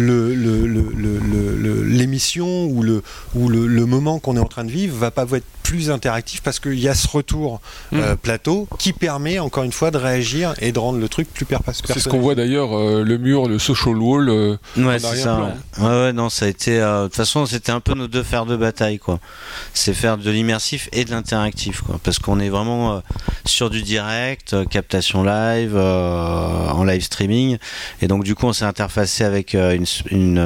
l'émission ou le moment qu'on est en train de vivre va pas être plus interactif parce qu'il y a ce retour plateau qui permet encore une fois de réagir et de rendre le truc plus personnalisé. C'est ce qu'on voit d'ailleurs, le mur, le social wall. Ouais, c'est ça. Ouais, non, ça a été. De toute façon, c'était un peu nos deux fers de bataille, quoi. C'est faire de l'immersif et de l'interactif, quoi. Parce qu'on est vraiment sur du direct, captation live, en live streaming, et donc du coup, on s'est interfacé avec une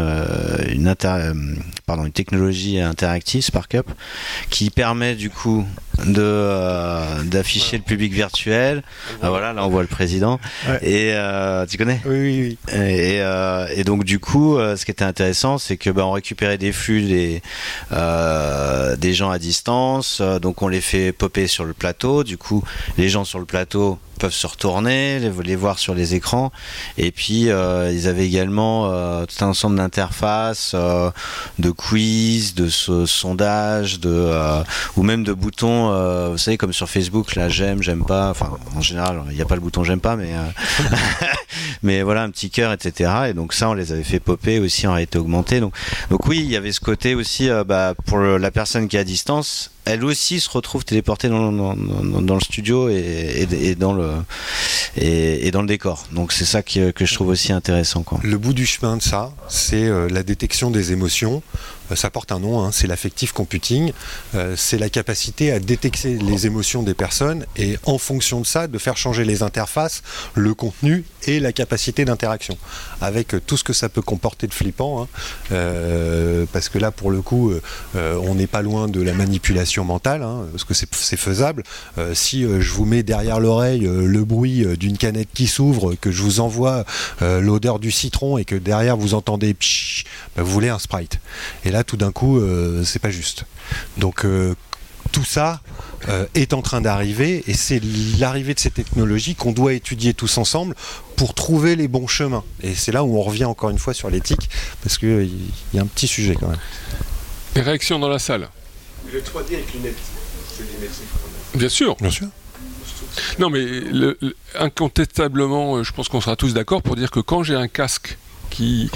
technologie interactive, SparkUp, qui permet du coup d'afficher le public virtuel. Ah, voilà, là on voit le président. Ouais. Et tu connais ? Oui. Et donc du coup, ce qui était intéressant, c'est que on récupérait des flux des gens à distance. Donc on les fait popper sur le plateau. Du coup, les gens sur le plateau peuvent se retourner, les voir sur les écrans. Et puis ils avaient également tout un ensemble d'interfaces, de quiz, de sondages, ou même de boutons. Vous savez, comme sur Facebook, là, j'aime pas. Enfin, en général, il n'y a pas le bouton j'aime pas, mais mais voilà, un petit cœur, etc. Et donc ça, on les avait fait popper aussi en réalité augmentée. Donc oui, il y avait ce côté aussi pour la personne qui est à distance. Elle aussi se retrouve téléportée dans le studio et dans le décor. Donc c'est ça que je trouve aussi intéressant, quoi. Le bout du chemin de ça, c'est la détection des émotions. Ça porte un nom, c'est l'affective computing. C'est la capacité à détecter les émotions des personnes et en fonction de ça, de faire changer les interfaces, le contenu et la capacité d'interaction. Avec tout ce que ça peut comporter de flippant. Parce que là, pour le coup, on n'est pas loin de la manipulation mentale, parce que c'est faisable. Si je vous mets derrière l'oreille le bruit d'une canette qui s'ouvre, que je vous envoie l'odeur du citron et que derrière vous entendez pshh, vous voulez un sprite. Et là, tout d'un coup, c'est pas juste. Donc tout ça est en train d'arriver et c'est l'arrivée de ces technologies qu'on doit étudier tous ensemble pour trouver les bons chemins. Et c'est là où on revient encore une fois sur l'éthique, parce qu'il y a un petit sujet quand même. Les réactions dans la salle. Le 3D avec lunettes, c'est l'immersif. Bien sûr. Bien sûr. Non, mais incontestablement, je pense qu'on sera tous d'accord pour dire que quand j'ai un casque qui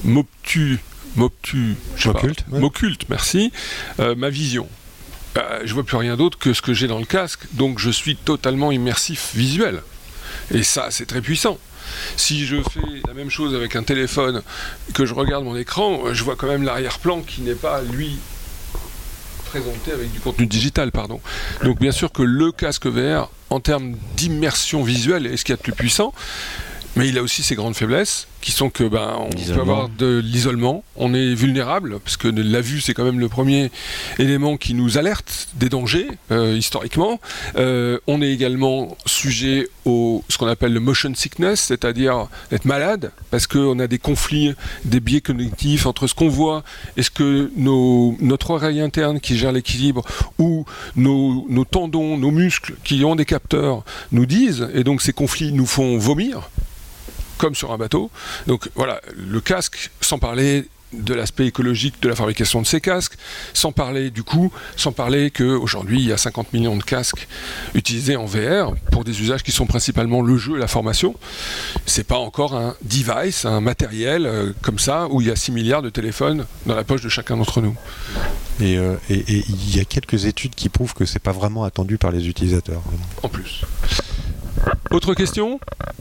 m'occulte, merci, ma vision. Je vois plus rien d'autre que ce que j'ai dans le casque, donc je suis totalement immersif visuel. Et ça, c'est très puissant. Si je fais la même chose avec un téléphone, que je regarde mon écran, je vois quand même l'arrière-plan qui n'est pas, lui, présenté avec du contenu digital, pardon. Donc bien sûr que le casque VR, en termes d'immersion visuelle, est ce qu'il y a de plus puissant, mais il a aussi ses grandes faiblesses, qui sont que on peut avoir de l'isolement, on est vulnérable, parce que la vue c'est quand même le premier élément qui nous alerte des dangers, historiquement. On est également sujet ce qu'on appelle le motion sickness, c'est-à-dire être malade, parce qu'on a des conflits, des biais cognitifs entre ce qu'on voit et ce que notre oreille interne qui gère l'équilibre, ou nos tendons, nos muscles qui ont des capteurs nous disent, et donc ces conflits nous font vomir, comme sur un bateau. Donc voilà, le casque, sans parler de l'aspect écologique de la fabrication de ces casques, sans parler qu'aujourd'hui il y a 50 millions de casques utilisés en VR pour des usages qui sont principalement le jeu et la formation. C'est pas encore un device, un matériel comme ça, où il y a 6 milliards de téléphones dans la poche de chacun d'entre nous. Et il y a quelques études qui prouvent que c'est pas vraiment attendu par les utilisateurs. En plus. Autre question ?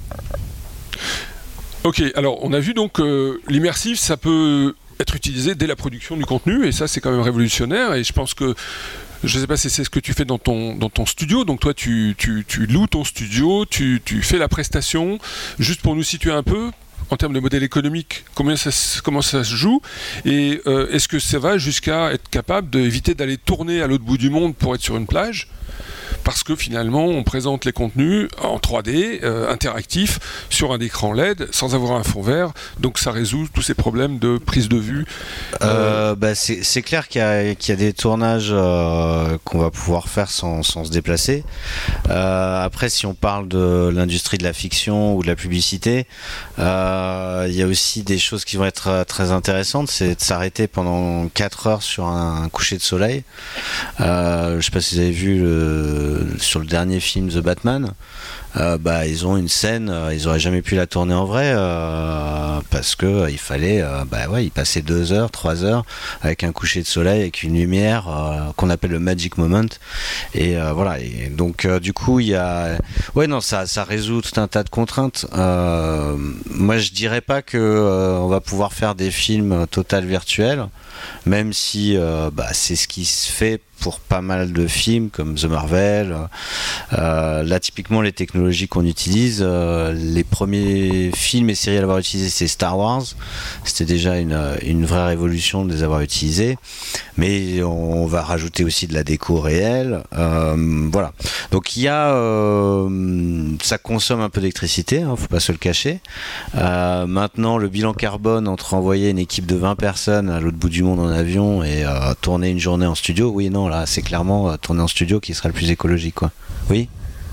Ok, alors on a vu donc que l'immersif, ça peut être utilisé dès la production du contenu, et ça c'est quand même révolutionnaire, et je pense que, je ne sais pas si c'est ce que tu fais dans ton studio, donc toi tu loues ton studio, tu fais la prestation, juste pour nous situer un peu, en termes de modèle économique, comment ça se joue, et est-ce que ça va jusqu'à être capable d'éviter d'aller tourner à l'autre bout du monde pour être sur une plage ? Parce que finalement, on présente les contenus en 3D, interactifs, sur un écran LED, sans avoir un fond vert. Donc ça résout tous ces problèmes de prise de vue. C'est clair qu'il y a des tournages qu'on va pouvoir faire sans se déplacer. Après, si on parle de l'industrie de la fiction ou de la publicité, il y a aussi des choses qui vont être très intéressantes, c'est de s'arrêter pendant 4 heures sur un coucher de soleil. Je sais pas si vous avez vu sur le dernier film The Batman. Ils ont une scène, ils auraient jamais pu la tourner en vrai parce que il fallait, ils passaient 2 heures, 3 heures avec un coucher de soleil, avec une lumière qu'on appelle le magic moment. Et voilà. Et donc du coup, il y a, ça résout tout un tas de contraintes. Moi, je dirais pas que on va pouvoir faire des films total virtuels, même si c'est ce qui se fait pour pas mal de films comme The Marvel. Là, typiquement, les technologies qu'on utilise, les premiers films et séries à l'avoir utilisé, c'est Star Wars. C'était déjà une vraie révolution de les avoir utilisés. Mais on va rajouter aussi de la déco réelle. Voilà. Donc, il y a... ça consomme un peu d'électricité, faut pas se le cacher. Maintenant, le bilan carbone entre envoyer une équipe de 20 personnes à l'autre bout du monde en avion et tourner une journée en studio, oui, non, là, c'est clairement tourner en studio qui sera le plus écologique, quoi. Oui.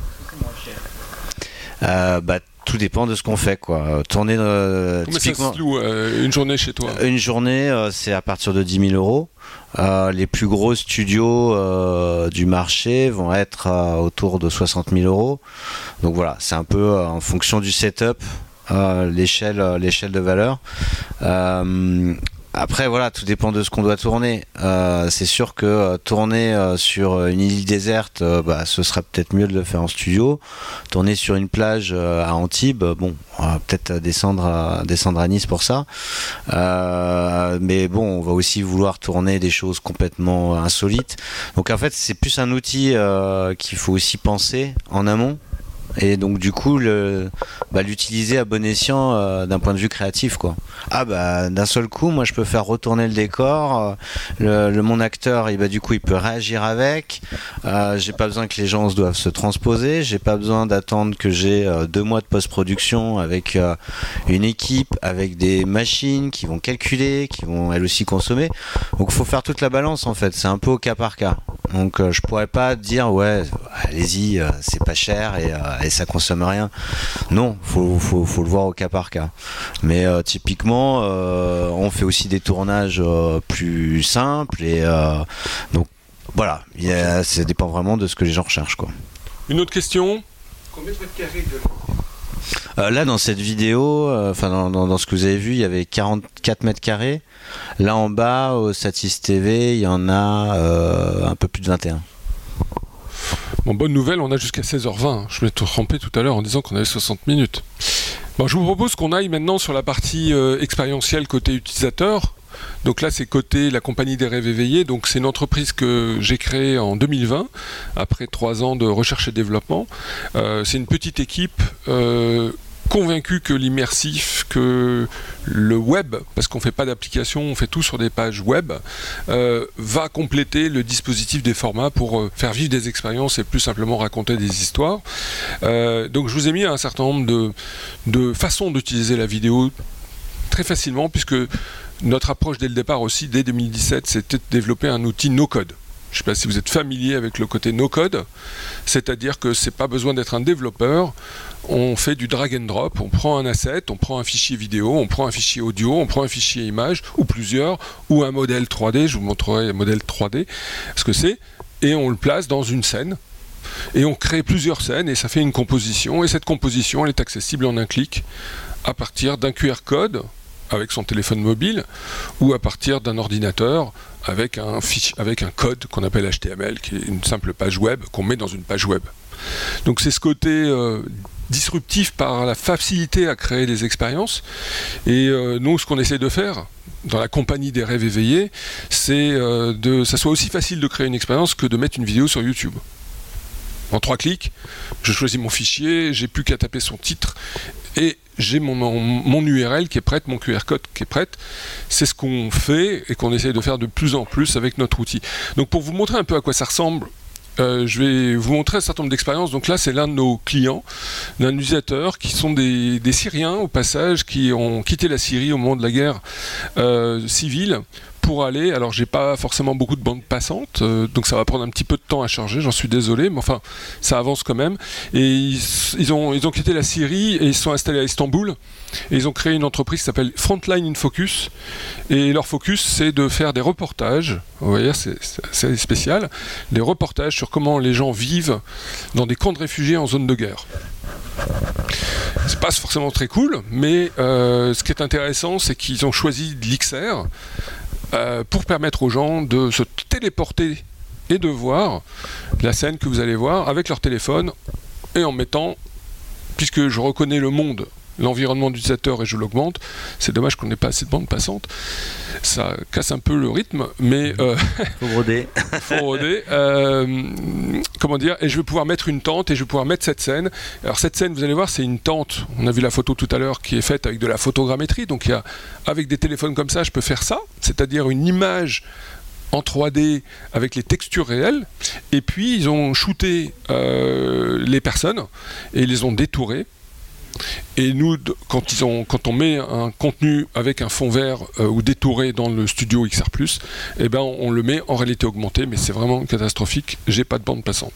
Tout dépend de ce qu'on fait, quoi. Tourner typiquement, ça se loue, une journée chez toi? Une journée, c'est à partir de 10 000 €. Les plus gros studios du marché vont être autour de 60 000 €. Donc voilà, c'est un peu en fonction du setup, l'échelle de valeur. Après voilà, tout dépend de ce qu'on doit tourner. C'est sûr que tourner sur une île déserte, ce serait peut-être mieux de le faire en studio. Tourner sur une plage à Antibes, on va peut-être descendre à Nice pour ça. Mais bon, on va aussi vouloir tourner des choses complètement insolites. Donc en fait, c'est plus un outil qu'il faut aussi penser en amont. Et donc du coup l'utiliser à bon escient d'un point de vue créatif, quoi. D'un seul coup, moi je peux faire retourner le décor, mon acteur du coup il peut réagir avec, j'ai pas besoin que les gens doivent se transposer, j'ai pas besoin d'attendre que j'ai 2 mois de post-production avec une équipe, avec des machines qui vont calculer, qui vont elles aussi consommer. Donc il faut faire toute la balance en fait, c'est un peu au cas par cas. Donc je pourrais pas dire ouais allez-y, c'est pas cher et ça consomme rien. Non, faut le voir au cas par cas. Mais typiquement, on fait aussi des tournages plus simples et donc voilà, ça dépend vraiment de ce que les gens recherchent, quoi. Une autre question? Combien de mètres carrés là, dans cette vidéo, dans ce que vous avez vu, il y avait 44 mètres carrés. Là en bas, au Satis TV, il y en a un peu plus de 21. Bon, bonne nouvelle, on a jusqu'à 16h20. Je m'étais trompé tout à l'heure en disant qu'on avait 60 minutes. Bon, je vous propose qu'on aille maintenant sur la partie expérientielle côté utilisateur. Donc là, c'est côté la compagnie des rêves éveillés. Donc c'est une entreprise que j'ai créée en 2020, après 3 ans de recherche et développement. C'est une petite équipe convaincu que l'immersif, que le web, parce qu'on ne fait pas d'application, on fait tout sur des pages web, va compléter le dispositif des formats pour faire vivre des expériences et plus simplement raconter des histoires. Donc je vous ai mis un certain nombre de façons d'utiliser la vidéo très facilement, puisque notre approche dès le départ aussi, dès 2017, c'était de développer un outil no-code. Je ne sais pas si vous êtes familier avec le côté no-code, c'est-à-dire que c'est pas besoin d'être un développeur, on fait du drag and drop, on prend un asset, on prend un fichier vidéo, on prend un fichier audio, on prend un fichier image, ou plusieurs, ou un modèle 3D, je vous montrerai un modèle 3D, ce que c'est, et on le place dans une scène, et on crée plusieurs scènes, et ça fait une composition, et cette composition, elle est accessible en un clic, à partir d'un QR code, avec son téléphone mobile, ou à partir d'un ordinateur avec un code qu'on appelle HTML, qui est une simple page web qu'on met dans une page web. Donc c'est ce côté disruptif par la facilité à créer des expériences. Et nous, ce qu'on essaie de faire dans la compagnie des rêves éveillés, c'est ça soit aussi facile de créer une expérience que de mettre une vidéo sur YouTube. En 3 clics, je choisis mon fichier, j'ai plus qu'à taper son titre et j'ai mon URL qui est prête, mon QR code qui est prête. C'est ce qu'on fait et qu'on essaie de faire de plus en plus avec notre outil. Donc pour vous montrer un peu à quoi ça ressemble, je vais vous montrer un certain nombre d'expériences. Donc là, c'est l'un de nos clients, d'un utilisateur qui sont des Syriens au passage, qui ont quitté la Syrie au moment de la guerre civile pour aller, alors j'ai pas forcément beaucoup de bandes passantes, donc ça va prendre un petit peu de temps à charger, j'en suis désolé, mais enfin ça avance quand même. Et ils ont quitté la Syrie et ils se sont installés à Istanbul et ils ont créé une entreprise qui s'appelle Frontline in Focus, et leur focus c'est de faire des reportages, vous voyez c'est spécial, des reportages sur comment les gens vivent dans des camps de réfugiés en zone de guerre. C'est pas forcément très cool, mais ce qui est intéressant, c'est qu'ils ont choisi l'XR pour permettre aux gens de se téléporter et de voir la scène que vous allez voir avec leur téléphone et en mettant, puisque je reconnais le monde, l'environnement d'utilisateur et je l'augmente, c'est dommage qu'on n'ait pas assez de bande passante, ça casse un peu le rythme, mais faut broder. faut broder. Comment dire, et je vais pouvoir mettre une tente et je vais pouvoir mettre cette scène. Alors cette scène, vous allez voir, c'est une tente, on a vu la photo tout à l'heure, qui est faite avec de la photogrammétrie, donc il y a, avec des téléphones comme ça, je peux faire ça, c'est-à-dire une image en 3D avec les textures réelles, et puis ils ont shooté les personnes et ils les ont détourées. Et nous, quand on met un contenu avec un fond vert ou détouré dans le studio XR+, eh ben on le met en réalité augmentée, mais c'est vraiment catastrophique. J'ai pas de bande passante.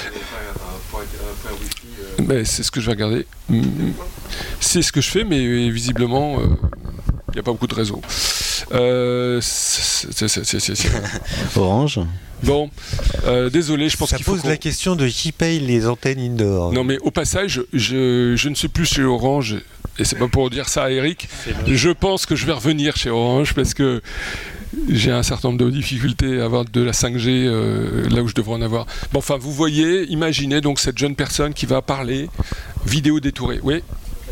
Mais c'est ce que je vais regarder. C'est ce que je fais, mais visiblement, il n'y a pas beaucoup de réseau. Orange. Bon, désolé, je pense qu'il faut pose la question de qui paye les antennes indoor. Non mais au passage, je ne suis plus chez Orange, et c'est pas pour dire ça à Eric, je pense que je vais revenir chez Orange parce que j'ai un certain nombre de difficultés à avoir de la 5G là où je devrais en avoir. Bon, enfin, vous voyez, imaginez donc cette jeune personne qui va parler, vidéo détourée, oui.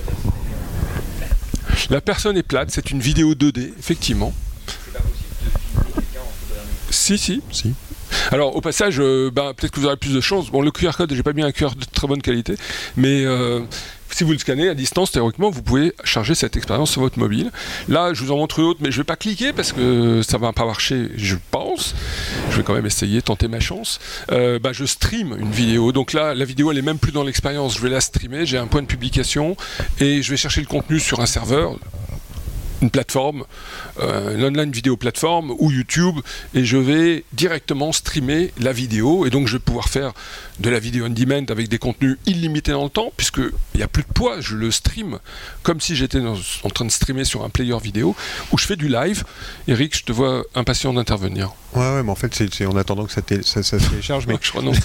La personne est plate, c'est une vidéo 2D, effectivement. Si. Alors au passage, peut-être que vous aurez plus de chance. Bon, le QR code, j'ai pas mis un QR de très bonne qualité, mais si vous le scannez à distance, théoriquement, vous pouvez charger cette expérience sur votre mobile. Là, je vous en montre une autre, mais je vais pas cliquer parce que ça va pas marcher, je pense. Je vais quand même essayer, tenter ma chance. Je stream une vidéo, donc là, la vidéo, elle est même plus dans l'expérience. Je vais la streamer, j'ai un point de publication et je vais chercher le contenu sur un serveur, une plateforme, une online vidéo plateforme ou YouTube, et je vais directement streamer la vidéo, et donc je vais pouvoir faire de la vidéo on demand avec des contenus illimités dans le temps, puisqu'il n'y a plus de poids, je le stream comme si j'étais en train de streamer sur un player vidéo, où je fais du live. Eric, je te vois impatient d'intervenir. Ouais, mais en fait, c'est en attendant que ça se télécharge. Mais je renonce.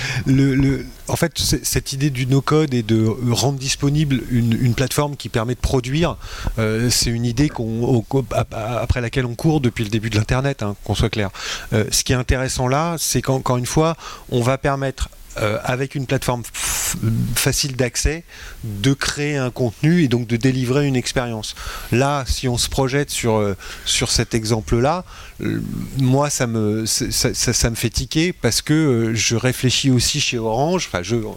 En fait, cette idée du no-code et de rendre disponible une plateforme qui permet de produire, c'est une idée après laquelle on court depuis le début de l'Internet, hein, qu'on soit clair. Ce qui est intéressant là, c'est qu'encore une fois, on va permettre avec une plateforme facile d'accès, de créer un contenu et donc de délivrer une expérience. Là, si on se projette sur cet exemple-là, moi, ça me fait tiquer parce que je réfléchis aussi chez Orange,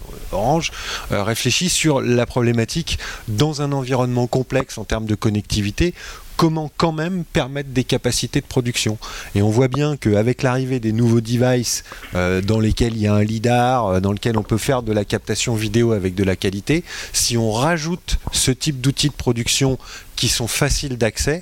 réfléchit sur la problématique dans un environnement complexe en termes de connectivité. Comment quand même permettre des capacités de production. Et on voit bien qu'avec l'arrivée des nouveaux devices dans lesquels il y a un lidar, dans lequel on peut faire de la captation vidéo avec de la qualité, si on rajoute ce type d'outils de production qui sont faciles d'accès,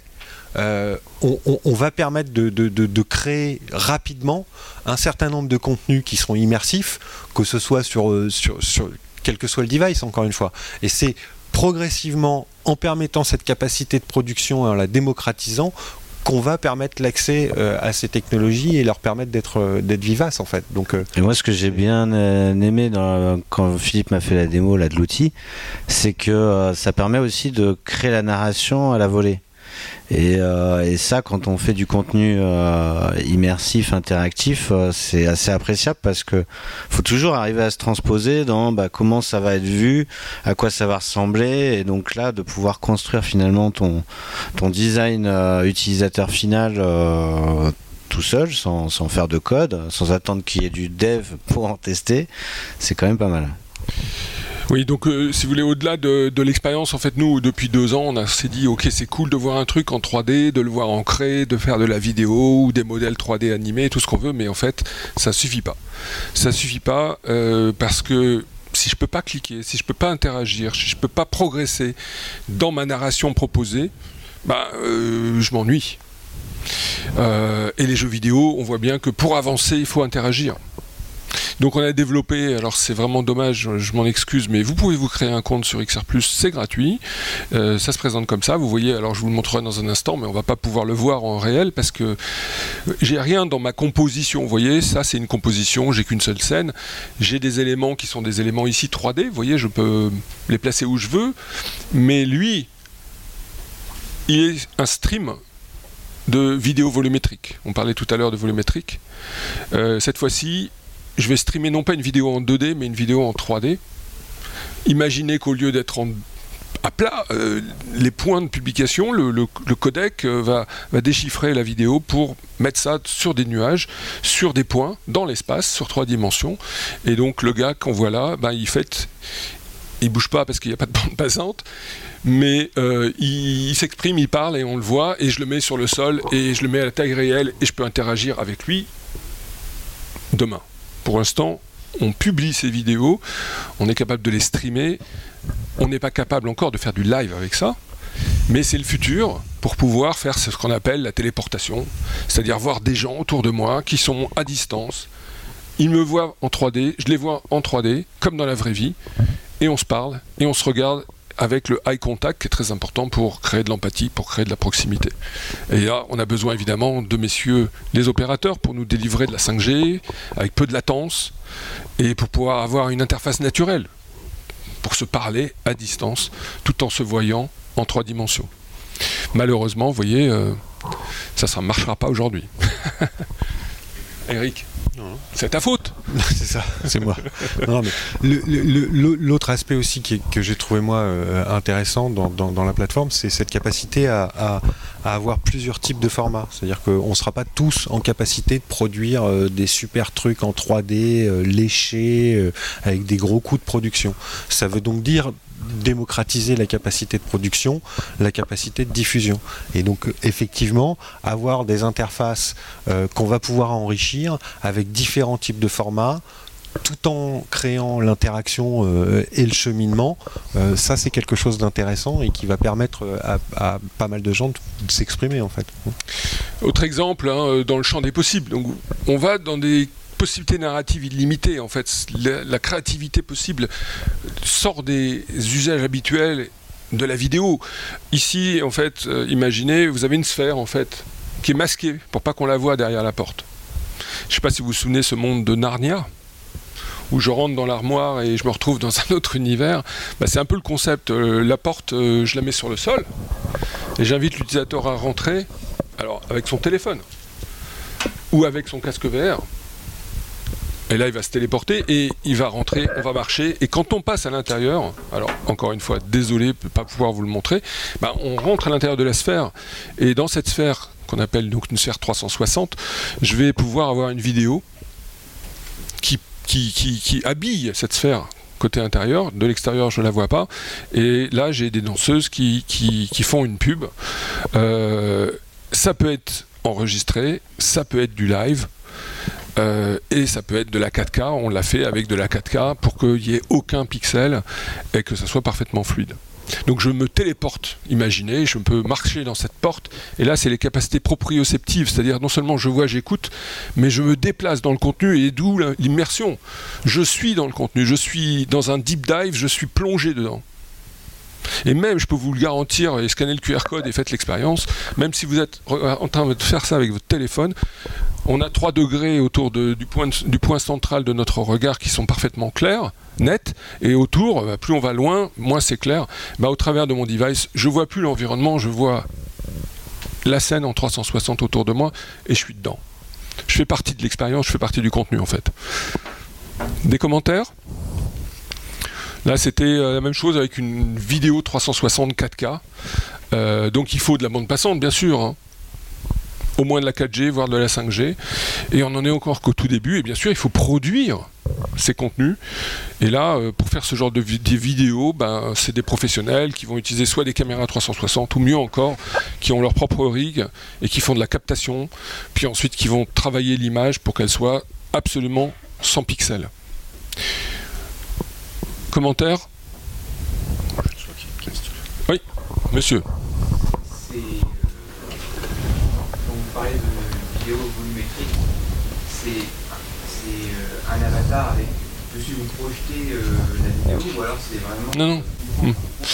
on va permettre de créer rapidement un certain nombre de contenus qui seront immersifs, que ce soit sur quel que soit le device, encore une fois. Et c'est progressivement, en permettant cette capacité de production et en la démocratisant, qu'on va permettre l'accès à ces technologies et leur permettre d'être vivaces en fait. Donc, Et moi, ce que j'ai bien aimé quand Philippe m'a fait la démo là, de l'outil, c'est que ça permet aussi de créer la narration à la volée. Et ça, quand on fait du contenu immersif, interactif, c'est assez appréciable parce que faut toujours arriver à se transposer dans comment ça va être vu, à quoi ça va ressembler, et donc là de pouvoir construire finalement ton design utilisateur final tout seul, sans faire de code, sans attendre qu'il y ait du dev pour en tester, c'est quand même pas mal. Oui, donc si vous voulez, au-delà de l'expérience, en fait, nous, depuis 2 ans, on s'est dit, ok, c'est cool de voir un truc en 3D, de le voir ancré, de faire de la vidéo ou des modèles 3D animés, tout ce qu'on veut, mais en fait, ça suffit pas. Ça suffit pas parce que si je peux pas cliquer, si je peux pas interagir, si je peux pas progresser dans ma narration proposée, je m'ennuie. Et les jeux vidéo, on voit bien que pour avancer, il faut interagir. Donc on a développé, alors c'est vraiment dommage, je m'en excuse, mais vous pouvez vous créer un compte sur XR+, c'est gratuit, ça se présente comme ça, vous voyez, alors je vous le montrerai dans un instant, mais on va pas pouvoir le voir en réel, parce que j'ai rien dans ma composition, vous voyez, ça c'est une composition, j'ai qu'une seule scène, j'ai des éléments qui sont des éléments ici 3D, vous voyez, je peux les placer où je veux, mais lui, il est un stream de vidéo volumétrique, on parlait tout à l'heure de volumétrique, cette fois-ci, je vais streamer non pas une vidéo en 2D, mais une vidéo en 3D. Imaginez qu'au lieu d'être à plat, les points de publication, le codec va déchiffrer la vidéo pour mettre ça sur des nuages, sur des points, dans l'espace, sur 3 dimensions. Et donc le gars qu'on voit là, il bouge pas parce qu'il n'y a pas de bande passante, mais il s'exprime, il parle et on le voit, et je le mets sur le sol, et je le mets à la taille réelle, et je peux interagir avec lui demain. Pour l'instant, on publie ces vidéos, on est capable de les streamer, on n'est pas capable encore de faire du live avec ça, mais c'est le futur pour pouvoir faire ce qu'on appelle la téléportation, c'est-à-dire voir des gens autour de moi qui sont à distance, ils me voient en 3D, je les vois en 3D, comme dans la vraie vie, et on se parle, et on se regarde avec le eye contact qui est très important pour créer de l'empathie, pour créer de la proximité. Et là, on a besoin évidemment de messieurs les opérateurs pour nous délivrer de la 5G, avec peu de latence, et pour pouvoir avoir une interface naturelle, pour se parler à distance, tout en se voyant en 3 dimensions. Malheureusement, vous voyez, ça ne marchera pas aujourd'hui. Eric, c'est ta faute. C'est ça, c'est moi. Non, mais l'autre aspect aussi que j'ai trouvé moi intéressant dans la plateforme, c'est cette capacité à avoir plusieurs types de formats. C'est-à-dire qu'on ne sera pas tous en capacité de produire des super trucs en 3D, léchés, avec des gros coûts de production. Ça veut donc dire démocratiser la capacité de production, la capacité de diffusion. Et donc effectivement, avoir des interfaces qu'on va pouvoir enrichir avec différents types de formats, tout en créant l'interaction et le cheminement, ça c'est quelque chose d'intéressant et qui va permettre à pas mal de gens de s'exprimer en fait. Autre exemple, dans le champ des possibles. Donc, on va dans des possibilités narratives illimitées, en fait. La créativité possible sort des usages habituels de la vidéo. Ici, en fait, imaginez, vous avez une sphère, en fait, qui est masquée pour pas qu'on la voie derrière la porte. Je sais pas si vous vous souvenez ce monde de Narnia, où je rentre dans l'armoire et je me retrouve dans un autre univers. C'est un peu le concept. La porte, je la mets sur le sol et j'invite l'utilisateur à rentrer, alors avec son téléphone ou avec son casque VR. Et là, il va se téléporter et il va rentrer, on va marcher. Et quand on passe à l'intérieur, alors encore une fois, désolé de ne pas pouvoir vous le montrer, on rentre à l'intérieur de la sphère. Et dans cette sphère, qu'on appelle donc une sphère 360, je vais pouvoir avoir une vidéo qui habille cette sphère côté intérieur. De l'extérieur, je ne la vois pas. Et là, j'ai des danseuses qui font une pub. Ça peut être enregistré, ça peut être du live. Et ça peut être de la 4K, on l'a fait avec de la 4K pour qu'il n'y ait aucun pixel et que ça soit parfaitement fluide. Donc je me téléporte, imaginez, je peux marcher dans cette porte, et là c'est les capacités proprioceptives, c'est-à-dire non seulement je vois, j'écoute, mais je me déplace dans le contenu, et d'où l'immersion. Je suis dans le contenu, je suis dans un deep dive, je suis plongé dedans. Et même, je peux vous le garantir, et scannez le QR code et faites l'expérience, même si vous êtes en train de faire ça avec votre téléphone, on a 3 degrés autour du point central de notre regard qui sont parfaitement clairs, nets, et autour, plus on va loin, moins c'est clair. Au travers de mon device, je vois plus l'environnement, je vois la scène en 360 autour de moi, et je suis dedans. Je fais partie de l'expérience, je fais partie du contenu en fait. Des commentaires ? Là, c'était la même chose avec une vidéo 360 4K. Donc, il faut de la bande passante, bien sûr. Au moins de la 4G, voire de la 5G. Et on n'en est encore qu'au tout début. Et bien sûr, il faut produire ces contenus. Et là, pour faire ce genre de vidéos, c'est des professionnels qui vont utiliser soit des caméras 360, ou mieux encore, qui ont leur propre rig et qui font de la captation. Puis ensuite, qui vont travailler l'image pour qu'elle soit absolument sans pixels. Commentaire ? Oui, monsieur. Vous vidéo volumétrique, c'est un avatar avec dessus vous projetez la vidéo, ou alors c'est vraiment... Non.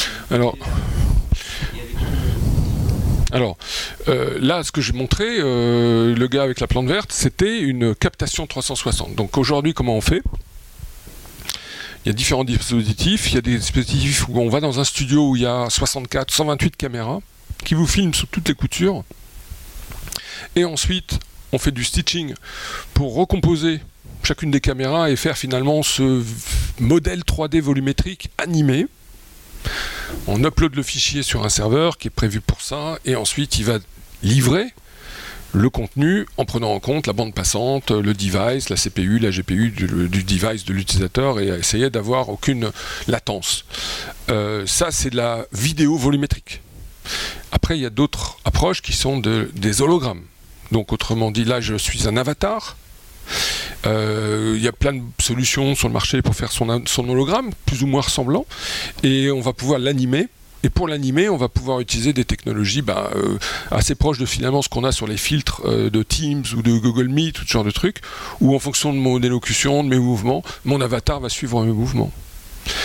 Alors, là, ce que j'ai montré, le gars avec la plante verte, c'était une captation 360. Donc aujourd'hui, comment on fait ? Il y a différents dispositifs. Il y a des dispositifs où on va dans un studio où il y a 64, 128 caméras qui vous filment sous toutes les coutures. Et ensuite, on fait du stitching pour recomposer chacune des caméras et faire finalement ce modèle 3D volumétrique animé. On upload le fichier sur un serveur qui est prévu pour ça, et ensuite il va livrer le contenu en prenant en compte la bande passante, le device, la CPU, la GPU du device de l'utilisateur, et essayer d'avoir aucune latence. Ça, c'est de la vidéo volumétrique. Après, il y a d'autres approches qui sont des hologrammes. Donc autrement dit, là je suis un avatar. Il y a plein de solutions sur le marché pour faire son hologramme, plus ou moins ressemblant, et on va pouvoir l'animer. Et pour l'animer, on va pouvoir utiliser des technologies assez proches de finalement ce qu'on a sur les filtres de Teams ou de Google Meet, tout ce genre de trucs, où en fonction de mon élocution, de mes mouvements, mon avatar va suivre mes mouvements. Ok ?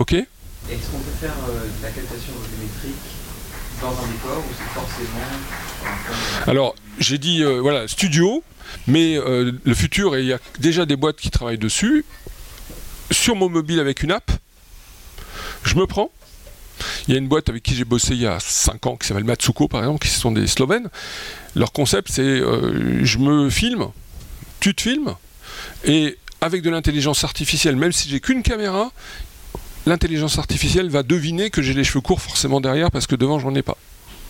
Est-ce qu'on peut faire de la captation volumétrique dans un décor, ou c'est forcément... Alors, j'ai dit, voilà, studio, mais le futur, et il y a déjà des boîtes qui travaillent dessus, sur mon mobile avec une app, je me prends. Il y a une boîte avec qui j'ai bossé il y a 5 ans, qui s'appelle Matsuko, par exemple, qui sont des Slovènes. Leur concept, c'est je me filme, tu te filmes, et avec de l'intelligence artificielle, même si j'ai qu'une caméra, l'intelligence artificielle va deviner que j'ai les cheveux courts forcément derrière, parce que devant, j'en ai pas.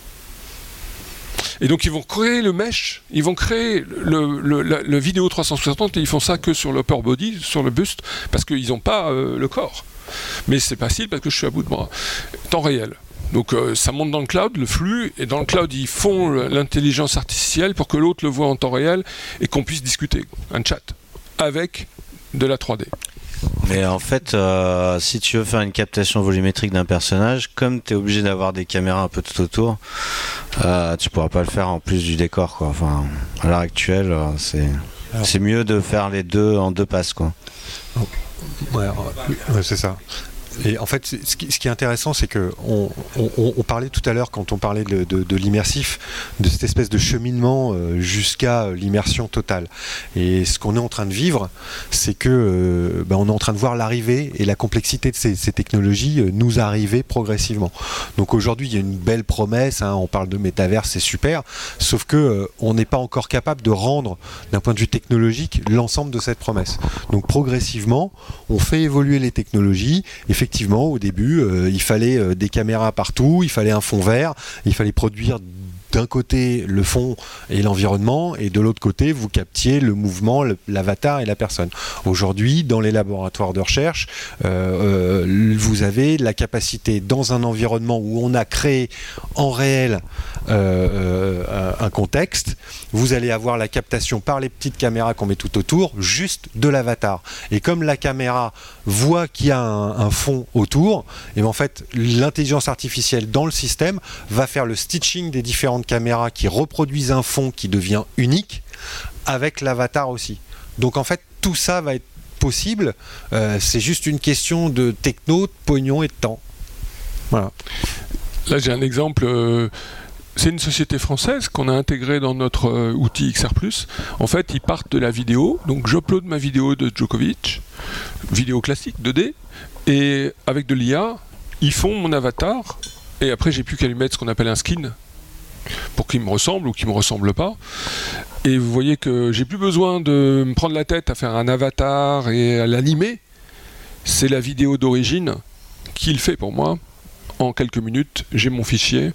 Et donc ils vont créer le mesh, ils vont créer le vidéo 360, et ils font ça que sur l'upper body, sur le buste, parce qu'ils n'ont pas le corps. Mais c'est facile parce que je suis à bout de bras. Temps réel. Donc ça monte dans le cloud, le flux, et dans le cloud ils font l'intelligence artificielle pour que l'autre le voit en temps réel et qu'on puisse discuter, un chat, avec de la 3D. Mais en fait, si tu veux faire une captation volumétrique d'un personnage, comme tu es obligé d'avoir des caméras un peu tout autour, tu pourras pas le faire en plus du décor, quoi. Enfin, à l'heure actuelle, c'est mieux de faire les deux en 2 passes, quoi. Ouais, c'est ça. Et en fait, ce qui est intéressant, c'est que on parlait tout à l'heure, quand on parlait de l'immersif, de cette espèce de cheminement jusqu'à l'immersion totale. Et ce qu'on est en train de vivre, c'est que on est en train de voir l'arrivée et la complexité de ces technologies nous arriver progressivement. Donc aujourd'hui, il y a une belle promesse, hein, on parle de métavers, c'est super, sauf que on n'est pas encore capable de rendre, d'un point de vue technologique, l'ensemble de cette promesse. Donc progressivement, on fait évoluer les technologies. Effectivement, au début, il fallait des caméras partout, il fallait un fond vert, il fallait produire d'un côté le fond et l'environnement, et de l'autre côté vous captiez le mouvement, l'avatar et la personne. Aujourd'hui, dans les laboratoires de recherche, vous avez la capacité, dans un environnement où on a créé en réel un contexte, vous allez avoir la captation par les petites caméras qu'on met tout autour, juste de l'avatar. Et comme la caméra voit qu'il y a un fond autour, et en fait l'intelligence artificielle dans le système va faire le stitching des différentes caméras qui reproduisent un fond qui devient unique avec l'avatar aussi. Donc en fait tout ça va être possible, c'est juste une question de techno, de pognon et de temps. Voilà. Là j'ai un exemple, c'est une société française qu'on a intégrée dans notre outil XR+. En fait ils partent de la vidéo, donc j'upload ma vidéo de Djokovic, vidéo classique 2D, et avec de l'IA, ils font mon avatar, et après j'ai plus qu'à lui mettre ce qu'on appelle un skin, pour qu'il me ressemble ou qu'il me ressemble pas. Et vous voyez que j'ai plus besoin de me prendre la tête à faire un avatar et à l'animer. C'est la vidéo d'origine qui le fait pour moi. En quelques minutes, j'ai mon fichier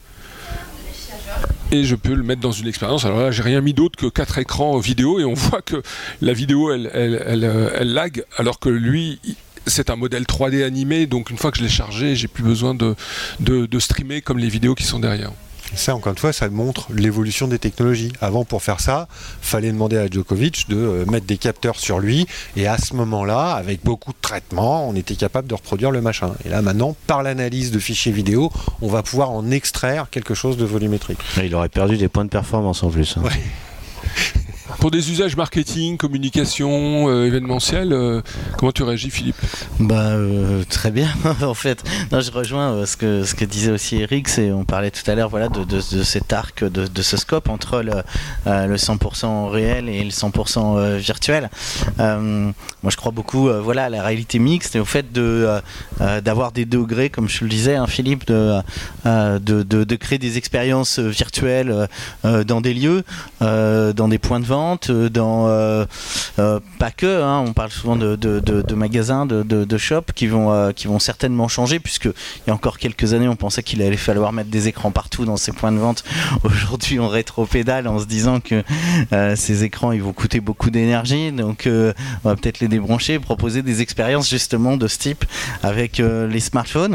et je peux le mettre dans une expérience. Alors là, j'ai rien mis d'autre que 4 écrans vidéo, et on voit que la vidéo, elle lag, alors que lui, c'est un modèle 3D animé, donc une fois que je l'ai chargé, j'ai plus besoin de streamer comme les vidéos qui sont derrière. Ça, encore une fois, ça montre l'évolution des technologies. Avant, pour faire ça, fallait demander à Djokovic de mettre des capteurs sur lui, et à ce moment-là, avec beaucoup de traitements, on était capable de reproduire le machin. Et là, maintenant, par l'analyse de fichiers vidéo, on va pouvoir en extraire quelque chose de volumétrique. Il aurait perdu des points de performance en plus. Hein. Ouais. Pour des usages marketing, communication, événementiel, comment tu réagis, Philippe ? Très bien, en fait. Non, je rejoins ce que disait aussi Eric, on parlait tout à l'heure de cet arc, de ce scope entre le 100% réel et le 100% virtuel. Moi, je crois beaucoup à la réalité mixte et au fait d'avoir des degrés, comme je le disais, hein, Philippe, de créer des expériences virtuelles dans des lieux, dans des points de vente, pas que, hein, on parle souvent de magasins, de shops qui vont certainement changer, puisqu'il y a encore quelques années on pensait qu'il allait falloir mettre des écrans partout dans ces points de vente. Aujourd'hui on rétro-pédale en se disant que ces écrans ils vont coûter beaucoup d'énergie, donc on va peut-être les débrancher, proposer des expériences justement de ce type avec les smartphones.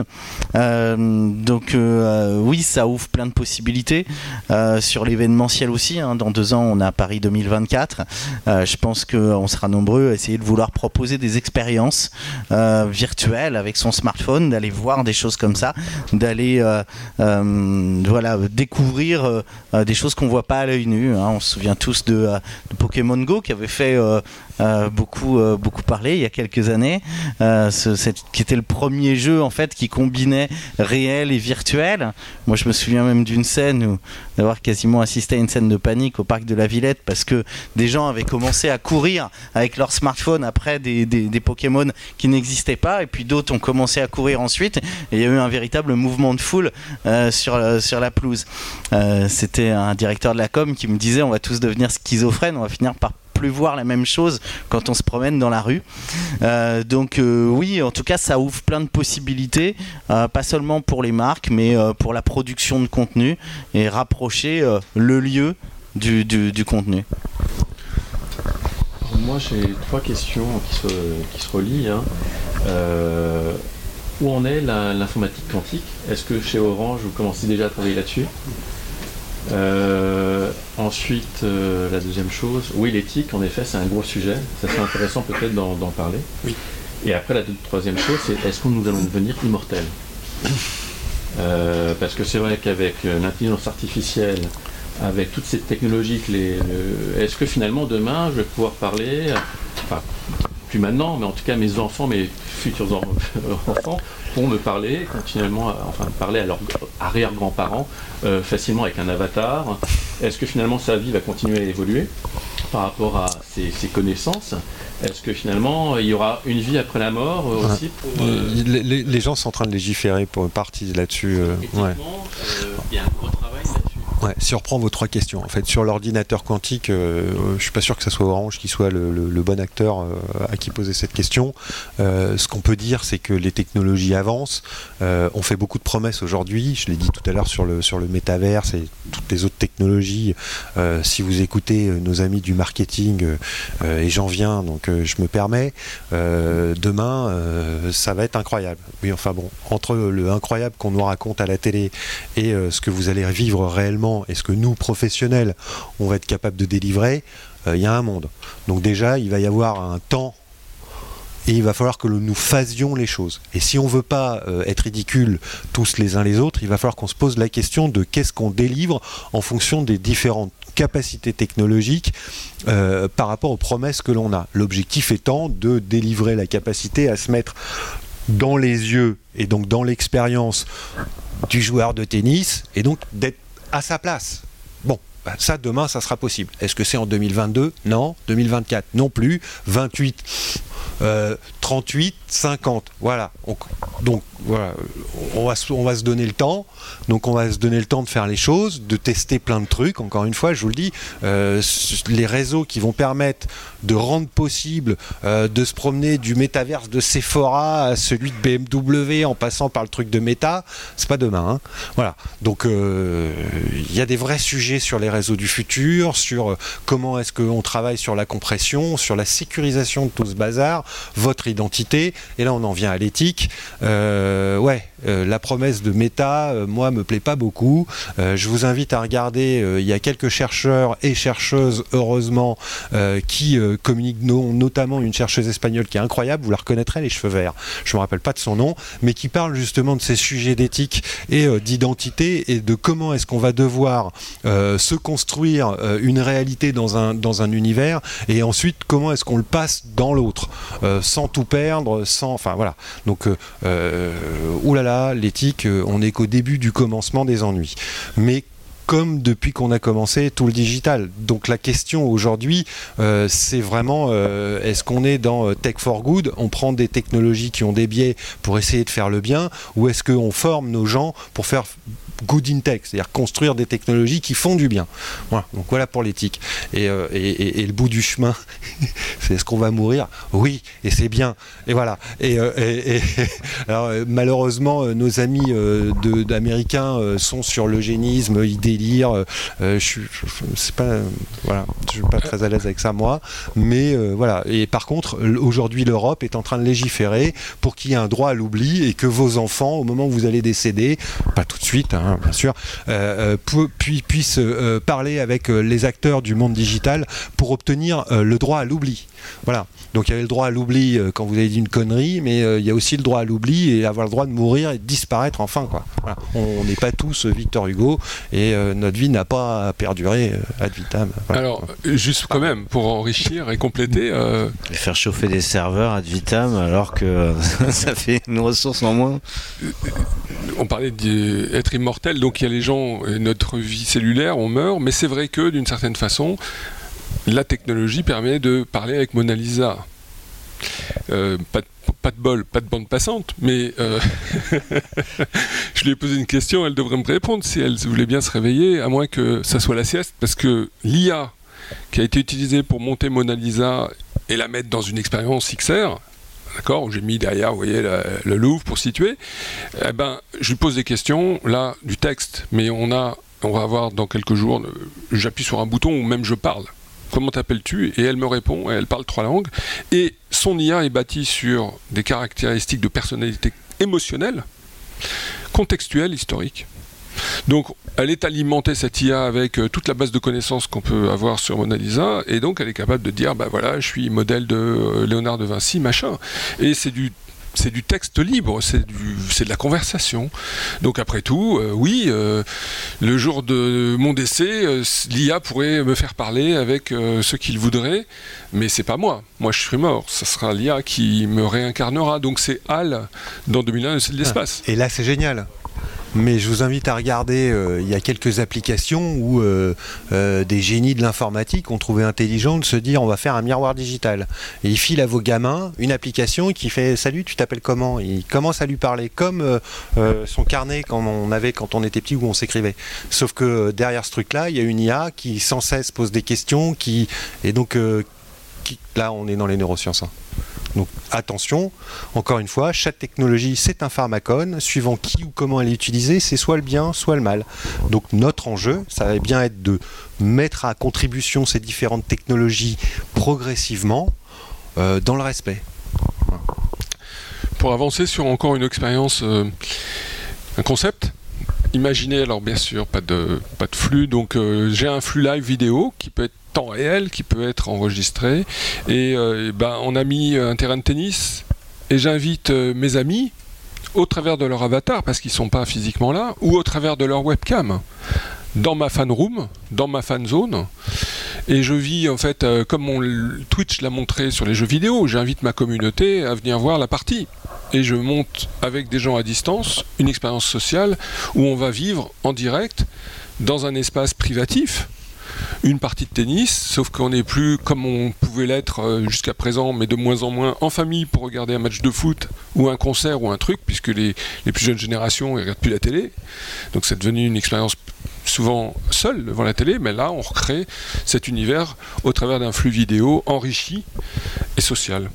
Oui, ça ouvre plein de possibilités sur l'événementiel aussi, hein. Dans 2 ans on a Paris 2024. Je pense qu'on sera nombreux à essayer de vouloir proposer des expériences virtuelles avec son smartphone, d'aller voir des choses comme ça, d'aller découvrir des choses qu'on voit pas à l'œil nu, hein. On se souvient tous de Pokémon Go qui avait fait beaucoup parler il y a quelques années, qui était le premier jeu en fait qui combinait réel et virtuel. Moi je me souviens même d'une scène d'avoir quasiment assisté à une scène de panique au parc de la Villette parce que des gens avaient commencé à courir avec leur smartphone après des Pokémon qui n'existaient pas, et puis d'autres ont commencé à courir ensuite, et il y a eu un véritable mouvement de foule sur la pelouse. C'était un directeur de la com qui me disait on va tous devenir schizophrènes, on va finir par plus voir la même chose quand on se promène dans la rue. Oui, en tout cas ça ouvre plein de possibilités, pas seulement pour les marques mais pour la production de contenu, et rapprocher le lieu du contenu. Moi j'ai 3 questions qui se relient, hein. Où en est l'informatique quantique ? Est-ce que chez Orange vous commencez déjà à travailler là-dessus ? Ensuite, la deuxième chose, oui, l'éthique, en effet, c'est un gros sujet. Ça serait intéressant peut-être d'en parler. Oui. Et après, la troisième chose, c'est est-ce que nous allons devenir immortels ? Parce que c'est vrai qu'avec l'intelligence artificielle, avec toutes ces technologies, est-ce que finalement, demain, je vais pouvoir parler, enfin, plus maintenant, mais en tout cas, mes enfants, mes futurs enfants, pourront me parler continuellement, parler à leurs arrière-grands-parents facilement avec un avatar. Est-ce que finalement sa vie va continuer à évoluer par rapport à ses connaissances ? Est-ce que finalement il y aura une vie après la mort aussi pour, les gens sont en train de légiférer pour partie là-dessus. Il y a un gros travail là-dessus. Ouais, si on reprend vos 3 questions, en fait, sur l'ordinateur quantique, je suis pas sûr que ça soit Orange qui soit le bon acteur à qui poser cette question. Ce qu'on peut dire, c'est que les technologies avancent. On fait beaucoup de promesses aujourd'hui. Je l'ai dit tout à l'heure sur le métaverse et toutes les autres technologies. Si vous écoutez nos amis du marketing, et j'en viens, donc je me permets, demain, ça va être incroyable. Oui, enfin bon, entre le incroyable qu'on nous raconte à la télé et ce que vous allez vivre réellement, et ce que nous, professionnels, on va être capable de délivrer, il y a un monde. Donc déjà, il va y avoir un temps et il va falloir que nous fassions les choses. Et si on ne veut pas être ridicules tous les uns les autres, il va falloir qu'on se pose la question de qu'est-ce qu'on délivre en fonction des différentes capacités technologiques par rapport aux promesses que l'on a. L'objectif étant de délivrer la capacité à se mettre dans les yeux et donc dans l'expérience du joueur de tennis et donc d'être à sa place. Bon, ça demain ça sera possible. Est-ce que c'est en 2022 ? Non. 2024 non plus. 28, 38, 50. Voilà. Donc voilà, on va se donner le temps. Donc on va se donner le temps de faire les choses, de tester plein de trucs. Encore une fois, je vous le dis, les réseaux qui vont permettre de rendre possible de se promener du métaverse de Sephora à celui de BMW en passant par le truc de Meta, c'est pas demain, hein. Voilà. Donc il y a des vrais sujets sur les réseaux du futur, sur comment est-ce qu'on travaille sur la compression, sur la sécurisation de tout ce bazar. Votre identité. Et là, on en vient à l'éthique. La promesse de Meta, moi, me plaît pas beaucoup. Je vous invite à regarder, il y a quelques chercheurs et chercheuses, heureusement, qui communiquent, notamment une chercheuse espagnole qui est incroyable, vous la reconnaîtrez, les cheveux verts. Je me rappelle pas de son nom, mais qui parle justement de ces sujets d'éthique et d'identité et de comment est-ce qu'on va devoir se construire une réalité dans un univers, et ensuite comment est-ce qu'on le passe dans l'autre, sans tout perdre, enfin voilà. Donc oulala, l'éthique, on n'est qu'au début du commencement des ennuis. Mais comme depuis qu'on a commencé tout le digital. Donc la question aujourd'hui, c'est vraiment, est-ce qu'on est dans Tech for Good, on prend des technologies qui ont des biais pour essayer de faire le bien, ou est-ce qu'on forme nos gens pour faire good in tech, c'est-à-dire construire des technologies qui font du bien. Voilà, donc voilà pour l'éthique. Et le bout du chemin, c'est est-ce qu'on va mourir? Oui, et c'est bien. Et voilà. Alors, malheureusement, nos amis d'Américains sont sur l'eugénisme, ils délirent. Je suis pas très à l'aise avec ça, moi. Mais voilà. Et par contre, aujourd'hui, l'Europe est en train de légiférer pour qu'il y ait un droit à l'oubli et que vos enfants, au moment où vous allez décéder, pas tout de suite, bien sûr, puissent parler avec les acteurs du monde digital pour obtenir le droit à l'oubli. Voilà. Donc il y avait le droit à l'oubli quand vous avez dit une connerie, mais il y a aussi le droit à l'oubli et avoir le droit de mourir et de disparaître enfin, quoi. Voilà. On n'est pas tous Victor Hugo et notre vie n'a pas perduré ad vitam. Voilà. Alors, juste quand même, pour enrichir et compléter... Faire chauffer des serveurs ad vitam alors que ça fait une ressource en moins. On parlait d'être immortel, donc il y a les gens, notre vie cellulaire, on meurt, mais c'est vrai que d'une certaine façon, la technologie permet de parler avec Mona Lisa. Pas de bol, pas de bande passante, mais je lui ai posé une question, elle devrait me répondre si elle voulait bien se réveiller, à moins que ça soit la sieste, parce que l'IA qui a été utilisée pour monter Mona Lisa et la mettre dans une expérience XR, d'accord, où j'ai mis derrière, vous voyez, le Louvre pour situer, eh ben, je lui pose des questions, là, du texte, mais on va avoir dans quelques jours, j'appuie sur un bouton ou même je parle. Comment t'appelles-tu? Et elle me répond, et elle parle 3 langues, et son IA est bâtie sur des caractéristiques de personnalité émotionnelle, contextuelle, historique. Donc, elle est alimentée, cette IA, avec toute la base de connaissances qu'on peut avoir sur Mona Lisa, et donc elle est capable de dire, bah voilà, je suis modèle de Léonard de Vinci, machin. Et c'est du texte libre, c'est de la conversation. Donc après tout, le jour de mon décès, l'IA pourrait me faire parler avec ce qu'il voudrait, mais c'est pas moi. Moi, je suis mort. Ça sera l'IA qui me réincarnera. Donc c'est HAL dans 2001, c'est de l'espace. Et là, c'est génial. Mais je vous invite à regarder, il y a quelques applications où des génies de l'informatique ont trouvé intelligent de se dire on va faire un miroir digital. Et ils filent à vos gamins une application qui fait « Salut, tu t'appelles comment ?» Il commence à lui parler comme son carnet quand on était petit où on s'écrivait. Sauf que derrière ce truc-là, il y a une IA qui sans cesse pose des questions, et donc là on est dans les neurosciences. Hein. Donc attention, encore une fois, chaque technologie c'est un pharmacone, suivant qui ou comment elle est utilisée, c'est soit le bien, soit le mal. Donc notre enjeu, ça va bien être de mettre à contribution ces différentes technologies progressivement dans le respect. Voilà. Pour avancer sur encore une expérience, un concept, imaginez, alors bien sûr, pas de flux, donc j'ai un flux live vidéo qui peut être temps réel, qui peut être enregistré, et on a mis un terrain de tennis, et j'invite mes amis, au travers de leur avatar, parce qu'ils ne sont pas physiquement là, ou au travers de leur webcam, dans ma fan room, dans ma fan zone, et je vis en fait, comme Twitch l'a montré sur les jeux vidéo, j'invite ma communauté à venir voir la partie. Et je monte avec des gens à distance une expérience sociale où on va vivre en direct dans un espace privatif une partie de tennis, sauf qu'on n'est plus comme on pouvait l'être jusqu'à présent, mais de moins en moins en famille pour regarder un match de foot ou un concert ou un truc, puisque les plus jeunes générations ne regardent plus la télé. Donc c'est devenu une expérience souvent seule devant la télé, mais là on recrée cet univers au travers d'un flux vidéo enrichi et social.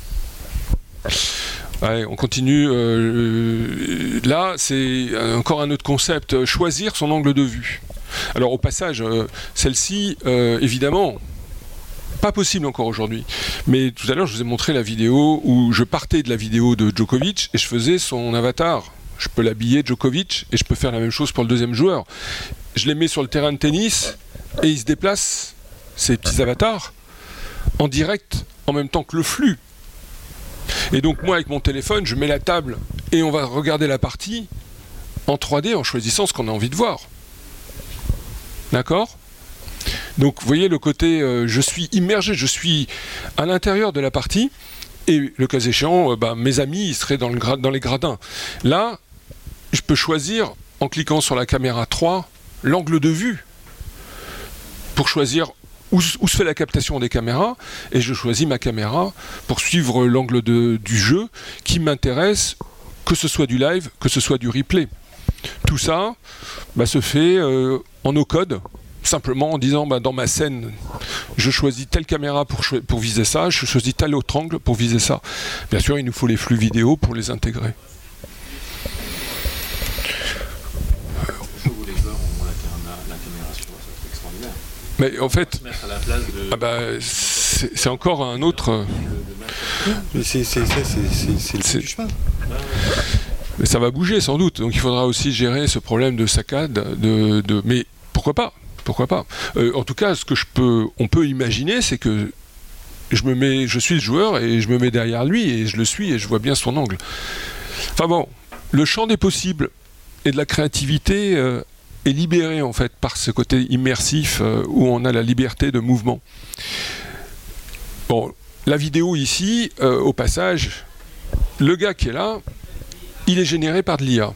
Allez, on continue. Là, c'est encore un autre concept, choisir son angle de vue. Alors au passage, celle-ci, évidemment, Pas possible encore aujourd'hui. Mais tout à l'heure, je vous ai montré la vidéo où je partais de la vidéo de Djokovic et je faisais son avatar. Je peux l'habiller Djokovic et je peux faire la même chose pour le deuxième joueur. Je les mets sur le terrain de tennis et ils se déplacent, ces petits avatars, en direct, en même temps que le flux. Et donc moi, avec mon téléphone, je mets la table et on va regarder la partie en 3D en choisissant ce qu'on a envie de voir. D'accord ? Donc vous voyez le côté, je suis immergé, je suis à l'intérieur de la partie, et le cas échéant, mes amis ils seraient dans les gradins. Là, je peux choisir, en cliquant sur la caméra 3, l'angle de vue, pour choisir où se fait la captation des caméras, et je choisis ma caméra pour suivre l'angle du jeu qui m'intéresse, que ce soit du live, que ce soit du replay. Tout ça se fait en no-code, simplement en disant dans ma scène, je choisis telle caméra pour viser ça, je choisis tel autre angle pour viser ça. Bien sûr, il nous faut les flux vidéo pour les intégrer. Mais en fait, c'est encore un autre. C'est le chemin. Mais ça va bouger sans doute. Donc il faudra aussi gérer ce problème de saccade. Mais pourquoi pas ? Pourquoi pas ? En tout cas, ce que on peut imaginer, c'est que je suis le joueur et je me mets derrière lui et je le suis et je vois bien son angle. Enfin bon, le champ des possibles et de la créativité est libéré en fait par ce côté immersif où on a la liberté de mouvement. Bon, la vidéo ici, au passage, le gars qui est là, il est généré par de l'IA.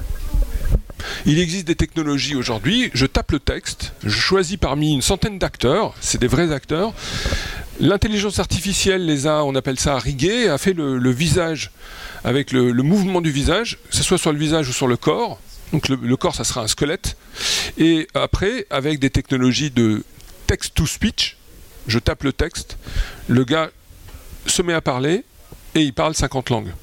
Il existe des technologies aujourd'hui, je tape le texte, je choisis parmi une centaine d'acteurs, c'est des vrais acteurs. L'intelligence artificielle on appelle ça rigué, a fait le visage avec le mouvement du visage, que ce soit sur le visage ou sur le corps. Donc le corps, ça sera un squelette. Et après, avec des technologies de text-to-speech, je tape le texte, le gars se met à parler et il parle 50 langues.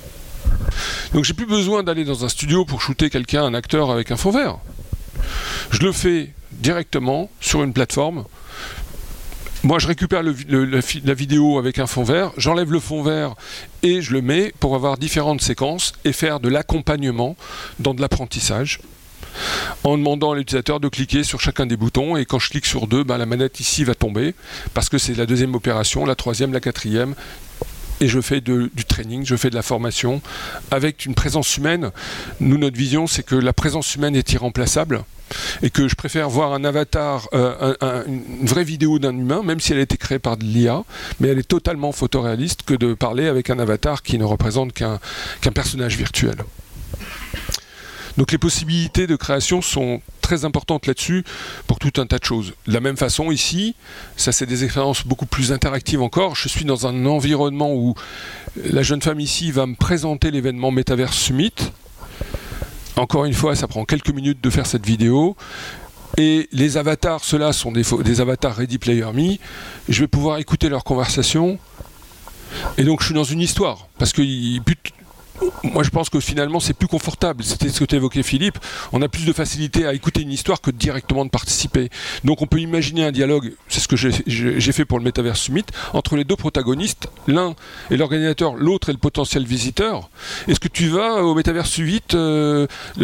Donc j'ai plus besoin d'aller dans un studio pour shooter un acteur avec un fond vert. Je le fais directement sur une plateforme. Moi je récupère la vidéo avec un fond vert, j'enlève le fond vert et je le mets pour avoir différentes séquences et faire de l'accompagnement dans de l'apprentissage, en demandant à l'utilisateur de cliquer sur chacun des boutons, et quand je clique sur 2, la manette ici va tomber, parce que c'est la deuxième opération, la troisième, la quatrième, et je fais du training, je fais de la formation, avec une présence humaine. Nous, notre vision, c'est que la présence humaine est irremplaçable, et que je préfère voir un avatar, une vraie vidéo d'un humain, même si elle a été créée par de l'IA, mais elle est totalement photoréaliste, que de parler avec un avatar qui ne représente qu'un personnage virtuel. Donc les possibilités de création sont très importantes là-dessus pour tout un tas de choses. De la même façon ici, ça c'est des expériences beaucoup plus interactives encore. Je suis dans un environnement où la jeune femme ici va me présenter l'événement Metaverse Summit. Encore une fois, ça prend quelques minutes de faire cette vidéo. Et les avatars, ceux-là sont des avatars Ready Player Me. Je vais pouvoir écouter leur conversation. Et donc je suis dans une histoire. Parce que moi je pense que finalement c'est plus confortable, c'était ce que tu évoquais Philippe, on a plus de facilité à écouter une histoire que directement de participer. Donc on peut imaginer un dialogue, c'est ce que j'ai fait pour le Metaverse Summit, entre les deux protagonistes, l'un est l'organisateur, l'autre est le potentiel visiteur. Est-ce que tu vas au Metaverse Summit le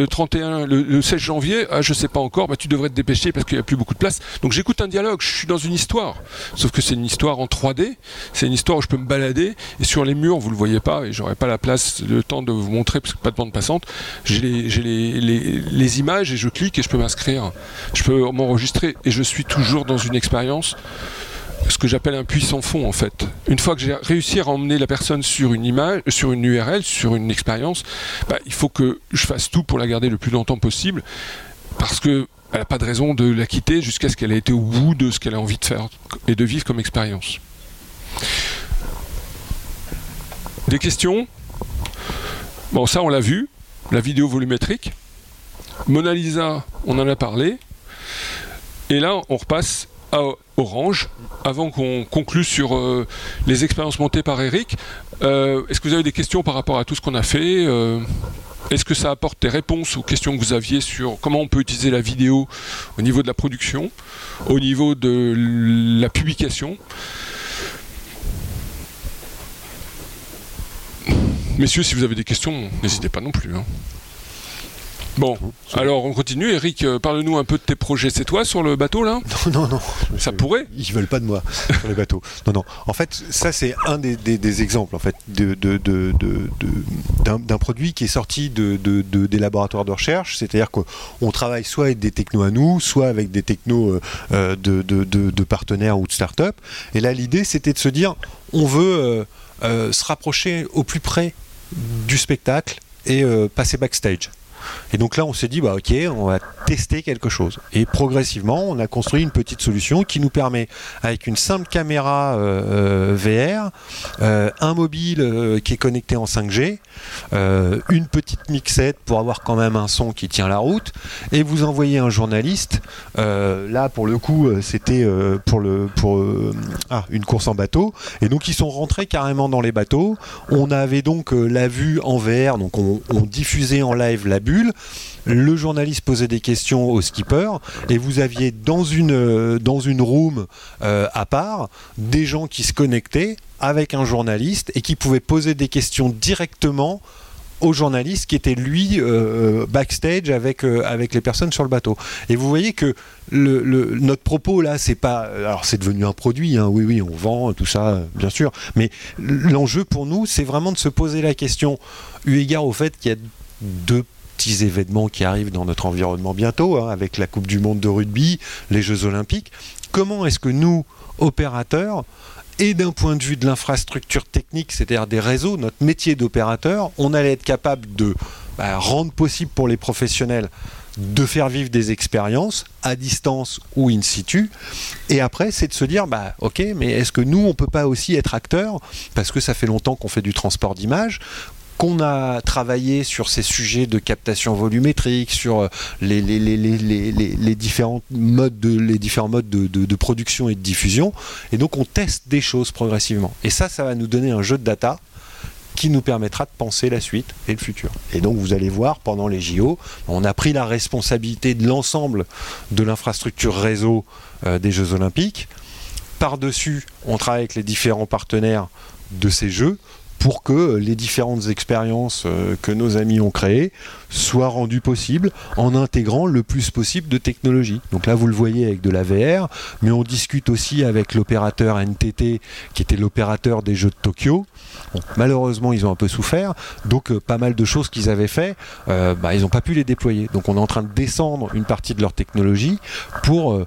16 janvier? Ah je sais pas encore, tu devrais te dépêcher parce qu'il n'y a plus beaucoup de place. Donc j'écoute un dialogue, je suis dans une histoire, sauf que c'est une histoire en 3D, c'est une histoire où je peux me balader, et sur les murs vous le voyez pas, et j'aurais pas la place, le temps de vous montrer parce que pas de bande passante, j'ai les images et je clique et je peux m'inscrire, je peux m'enregistrer et je suis toujours dans une expérience, ce que j'appelle un puits sans fond en fait. Une fois que j'ai réussi à emmener la personne sur une image, sur une URL, sur une expérience, il faut que je fasse tout pour la garder le plus longtemps possible, parce que elle n'a pas de raison de la quitter jusqu'à ce qu'elle ait été au bout de ce qu'elle a envie de faire et de vivre comme expérience. Des questions? Bon, ça on l'a vu, la vidéo volumétrique. Mona Lisa, on en a parlé. Et là, on repasse à Orange, avant qu'on conclue sur les expériences montées par Eric. Est-ce que vous avez des questions par rapport à tout ce qu'on a fait est-ce que ça apporte des réponses aux questions que vous aviez sur comment on peut utiliser la vidéo au niveau de la production, au niveau de la publication? Messieurs, si vous avez des questions, n'hésitez pas non plus. Hein. Bon, alors on continue. Eric, parle-nous un peu de tes projets. C'est toi sur le bateau là? Non. Ça pourrait. Ils veulent pas de moi sur les bateaux. Non. En fait, ça c'est un des exemples en fait d'un produit qui est sorti des laboratoires de recherche. C'est-à-dire qu'on travaille soit avec des technos à nous, soit avec des technos de partenaires ou de start-up. Et là, l'idée, c'était de se dire, on veut se rapprocher au plus près du spectacle et passer backstage. Et donc là, on s'est dit, bah ok, on va tester quelque chose. Et progressivement, on a construit une petite solution qui nous permet, avec une simple caméra VR, un mobile qui est connecté en 5G, une petite mixette pour avoir quand même un son qui tient la route, et vous envoyez un journaliste. Là, pour le coup, c'était une course en bateau. Et donc, ils sont rentrés carrément dans les bateaux. On avait donc la vue en VR, donc on diffusait en live la bulle. Le journaliste posait des questions au skipper et vous aviez dans une room à part des gens qui se connectaient avec un journaliste et qui pouvaient poser des questions directement au journaliste qui était lui backstage avec les personnes sur le bateau. Et vous voyez que notre propos là, c'est pas, alors c'est devenu un produit, hein, oui, on vend tout ça, bien sûr, mais l'enjeu pour nous, c'est vraiment de se poser la question, eu égard au fait qu'il y a deux petits événements qui arrivent dans notre environnement bientôt, hein, avec la Coupe du Monde de rugby, les Jeux Olympiques. Comment est-ce que nous, opérateurs, et d'un point de vue de l'infrastructure technique, c'est-à-dire des réseaux, notre métier d'opérateur, on allait être capable de rendre possible pour les professionnels de faire vivre des expériences à distance ou in situ. Et après, c'est de se dire, ok, mais est-ce que nous, on peut pas aussi être acteurs, parce que ça fait longtemps qu'on fait du transport d'images, qu'on a travaillé sur ces sujets de captation volumétrique, sur les différents modes de production et de diffusion, et donc on teste des choses progressivement. Et ça va nous donner un jeu de data qui nous permettra de penser la suite et le futur. Et donc vous allez voir, pendant les JO, on a pris la responsabilité de l'ensemble de l'infrastructure réseau des Jeux Olympiques. Par-dessus, on travaille avec les différents partenaires de ces Jeux pour que les différentes expériences que nos amis ont créées soient rendues possibles en intégrant le plus possible de technologies. Donc là, vous le voyez avec de la VR, mais on discute aussi avec l'opérateur NTT, qui était l'opérateur des Jeux de Tokyo. Bon, malheureusement, ils ont un peu souffert, donc pas mal de choses qu'ils avaient fait, ils n'ont pas pu les déployer. Donc on est en train de descendre une partie de leur technologie pour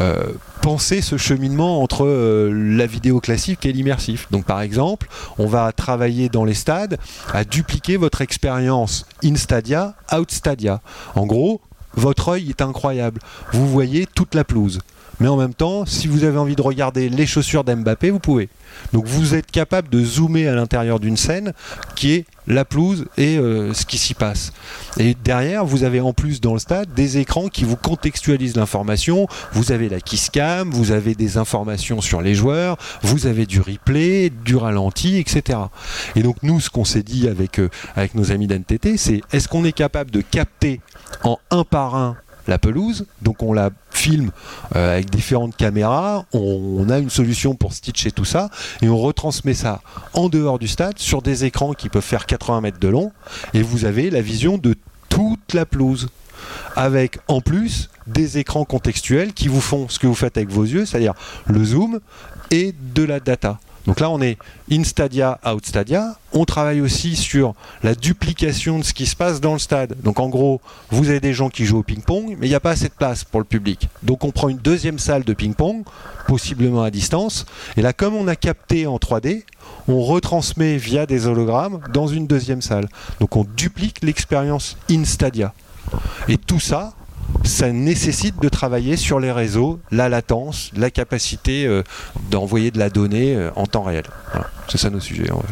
penser ce cheminement entre la vidéo classique et l'immersif. Donc par exemple, on va travailler dans les stades à dupliquer votre expérience in stadia, out stadia. En gros, votre œil est incroyable. Vous voyez toute la pelouse. Mais en même temps, si vous avez envie de regarder les chaussures d'Mbappé, vous pouvez. Donc vous êtes capable de zoomer à l'intérieur d'une scène qui est la pelouse et ce qui s'y passe. Et derrière, vous avez en plus dans le stade des écrans qui vous contextualisent l'information. Vous avez la kiss cam, vous avez des informations sur les joueurs, vous avez du replay, du ralenti, etc. Et donc nous, ce qu'on s'est dit avec nos amis d'NTT, c'est est-ce qu'on est capable de capter en un par un la pelouse, donc on la filme avec différentes caméras, on a une solution pour stitcher tout ça, et on retransmet ça en dehors du stade sur des écrans qui peuvent faire 80 mètres de long, et vous avez la vision de toute la pelouse, avec en plus des écrans contextuels qui vous font ce que vous faites avec vos yeux, c'est-à-dire le zoom et de la data. Donc là, on est in stadia, out stadia. On travaille aussi sur la duplication de ce qui se passe dans le stade. Donc en gros, vous avez des gens qui jouent au ping-pong, mais il n'y a pas assez de place pour le public. Donc on prend une deuxième salle de ping-pong, possiblement à distance. Et là, comme on a capté en 3D, on retransmet via des hologrammes dans une deuxième salle. Donc on duplique l'expérience in stadia. Et tout ça, ça nécessite de travailler sur les réseaux, la latence, la capacité d'envoyer de la donnée en temps réel. Voilà. C'est ça nos sujets. En vrai.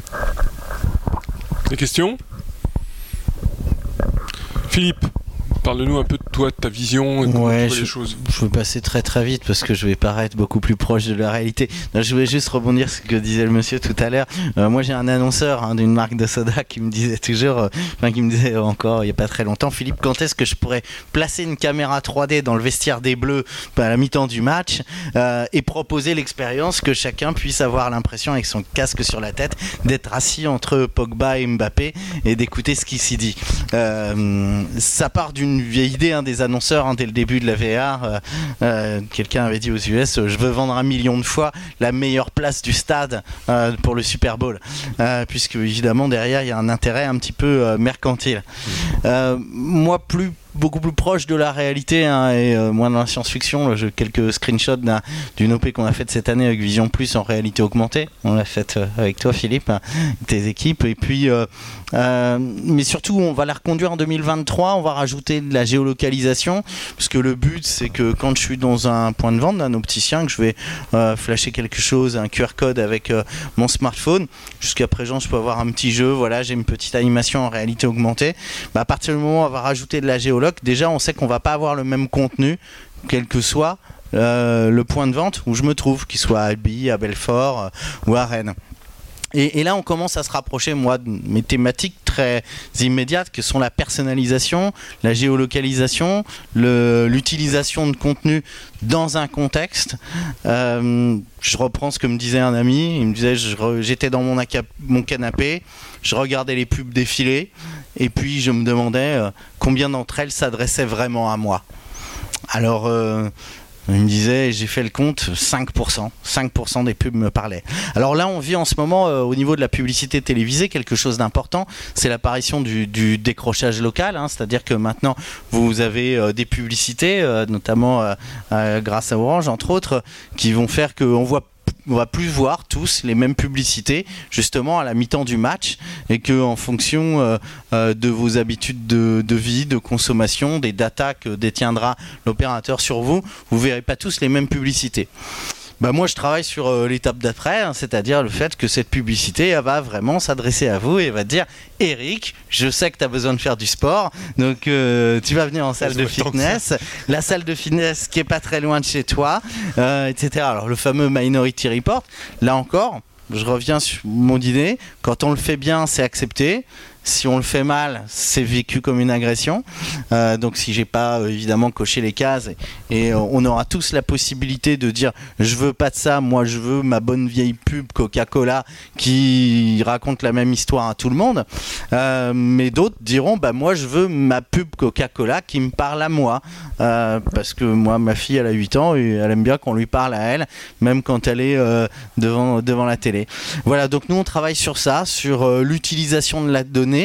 Des questions ? Philippe, parle-nous un peu de toi, ta vision et comment tu vois les choses. Je veux passer très très vite parce que je vais paraître beaucoup plus proche de la réalité. Non, je voulais juste rebondir sur ce que disait le monsieur tout à l'heure. Moi j'ai un annonceur d'une marque de soda qui me disait toujours, qui me disait encore il n'y a pas très longtemps, Philippe, quand est-ce que je pourrais placer une caméra 3D dans le vestiaire des Bleus à la mi-temps du match et proposer l'expérience que chacun puisse avoir l'impression avec son casque sur la tête d'être assis entre Pogba et Mbappé et d'écouter ce qui s'y dit. Ça part d'une vieille idée des annonceurs dès le début de la VR. Quelqu'un avait dit aux US je veux vendre 1 million de fois la meilleure place du stade pour le Super Bowl, puisque évidemment derrière il y a un intérêt un petit peu mercantile. Moi beaucoup plus proche de la réalité et moins dans la science-fiction. J'ai quelques screenshots d'une OP qu'on a faite cette année avec Vision Plus en réalité augmentée. On l'a faite avec toi Philippe, tes équipes. Et puis, mais surtout on va la reconduire en 2023, on va rajouter de la géolocalisation, parce que le but c'est que quand je suis dans un point de vente d'un opticien, que je vais flasher quelque chose, un QR code avec mon smartphone, jusqu'à présent je peux avoir un petit jeu, voilà, j'ai une petite animation en réalité augmentée. À partir du moment où on va rajouter de la géoloc, déjà on sait qu'on va pas avoir le même contenu quel que soit le point de vente où je me trouve, qu'il soit à Albi, à Belfort ou à Rennes. Et là on commence à se rapprocher, moi, de mes thématiques très immédiates que sont la personnalisation, la géolocalisation, l'utilisation de contenu dans un contexte. Je reprends ce que me disait un ami, il me disait j'étais dans mon canapé, je regardais les pubs défiler et puis je me demandais combien d'entre elles s'adressaient vraiment à moi. Alors il me disait, j'ai fait le compte, 5% des pubs me parlaient. Alors là, on vit en ce moment, au niveau de la publicité télévisée, quelque chose d'important. C'est l'apparition du décrochage local, c'est-à-dire que maintenant, vous avez des publicités, notamment grâce à Orange, entre autres, qui vont faire qu'on va plus voir tous les mêmes publicités justement à la mi-temps du match, et que en fonction de vos habitudes de vie, de consommation, des datas que détiendra l'opérateur sur vous, vous verrez pas tous les mêmes publicités. Moi je travaille sur l'étape d'après, c'est-à-dire le fait que cette publicité elle va vraiment s'adresser à vous et va dire Eric, je sais que tu as besoin de faire du sport, donc tu vas venir en salle de fitness, la salle de fitness qui est pas très loin de chez toi, etc. Alors le fameux Minority Report, là encore, je reviens sur mon idée, quand on le fait bien c'est accepté. Si on le fait mal, c'est vécu comme une agression. Donc si j'ai pas évidemment coché les cases, et on aura tous la possibilité de dire je veux pas de ça, moi je veux ma bonne vieille pub Coca-Cola qui raconte la même histoire à tout le monde. Mais d'autres diront moi je veux ma pub Coca-Cola qui me parle à moi. Parce que moi ma fille elle a 8 ans et elle aime bien qu'on lui parle à elle, même quand elle est devant la télé. Voilà, donc nous on travaille sur ça, sur l'utilisation de la donnée.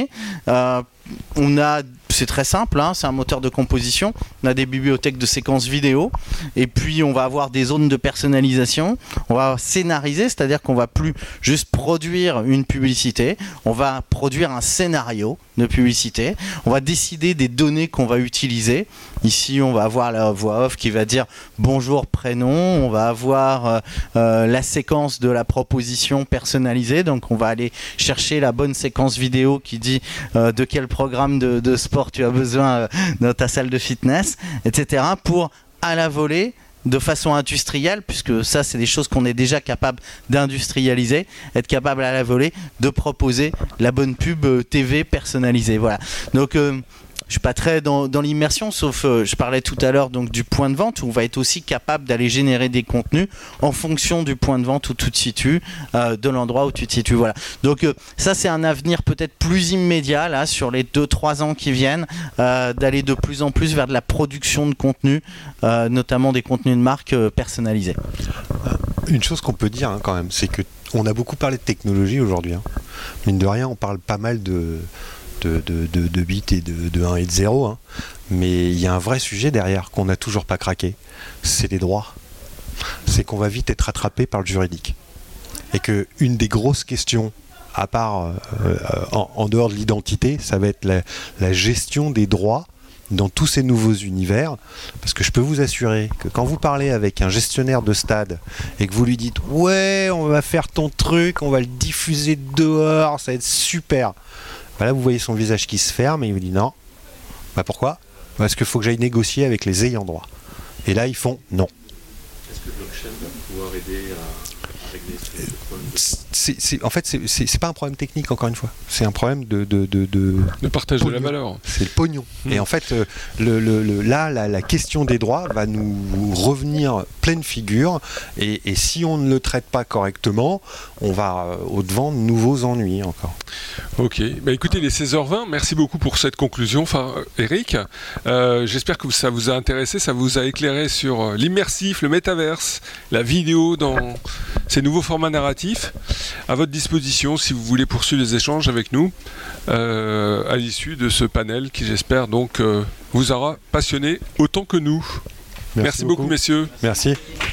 C'est très simple, c'est un moteur de composition. On a des bibliothèques de séquences vidéo et puis on va avoir des zones de personnalisation. On va scénariser, c'est-à-dire qu'on va plus juste produire une publicité, on va produire un scénario de publicité. On va décider des données qu'on va utiliser. Ici, on va avoir la voix off qui va dire bonjour, prénom. On va avoir la séquence de la proposition personnalisée. Donc, on va aller chercher la bonne séquence vidéo qui dit de quel programme de sport tu as besoin dans ta salle de fitness, etc. pour, à la volée, de façon industrielle, puisque ça c'est des choses qu'on est déjà capable d'industrialiser, être capable à la volée de proposer la bonne pub TV personnalisée. Voilà. Donc je suis pas très dans l'immersion, sauf je parlais tout à l'heure donc du point de vente où on va être aussi capable d'aller générer des contenus en fonction du point de vente où tu te situes, de l'endroit où tu te situes. Voilà. Donc ça c'est un avenir peut-être plus immédiat là sur les 2-3 ans qui viennent, d'aller de plus en plus vers de la production de contenu, notamment des contenus de marque personnalisés. Une chose qu'on peut dire quand même, c'est que on a beaucoup parlé de technologie aujourd'hui. Mine de rien, on parle pas mal de bits et de 1 et de 0, mais il y a un vrai sujet derrière qu'on n'a toujours pas craqué, c'est les droits. C'est qu'on va vite être rattrapé par le juridique. Et qu'une des grosses questions, à part en dehors de l'identité, ça va être la gestion des droits dans tous ces nouveaux univers, parce que je peux vous assurer que quand vous parlez avec un gestionnaire de stade et que vous lui dites « Ouais, on va faire ton truc, on va le diffuser dehors, ça va être super », là vous voyez son visage qui se ferme et il vous dit « Non, pourquoi ? Est-ce qu'il faut que j'aille négocier avec les ayants droit? Et là, ils font non. Est-ce que blockchain va pouvoir aider à régler ce problème En fait, c'est pas un problème technique, encore une fois. C'est un problème de partage pognon. de la valeur. C'est le pognon. Et en fait, là, la question des droits va nous revenir pleine figure. Et si on ne le traite pas correctement, on va au-devant de nouveaux ennuis encore. Ok. Bah, écoutez, il est 16h20. Merci beaucoup pour cette conclusion, Eric. J'espère que ça vous a intéressé, ça vous a éclairé sur l'immersif, le métaverse, la vidéo dans ces nouveaux formats narratifs. À votre disposition si vous voulez poursuivre les échanges avec nous à l'issue de ce panel qui, j'espère, donc vous aura passionné autant que nous. Merci beaucoup, messieurs. Merci.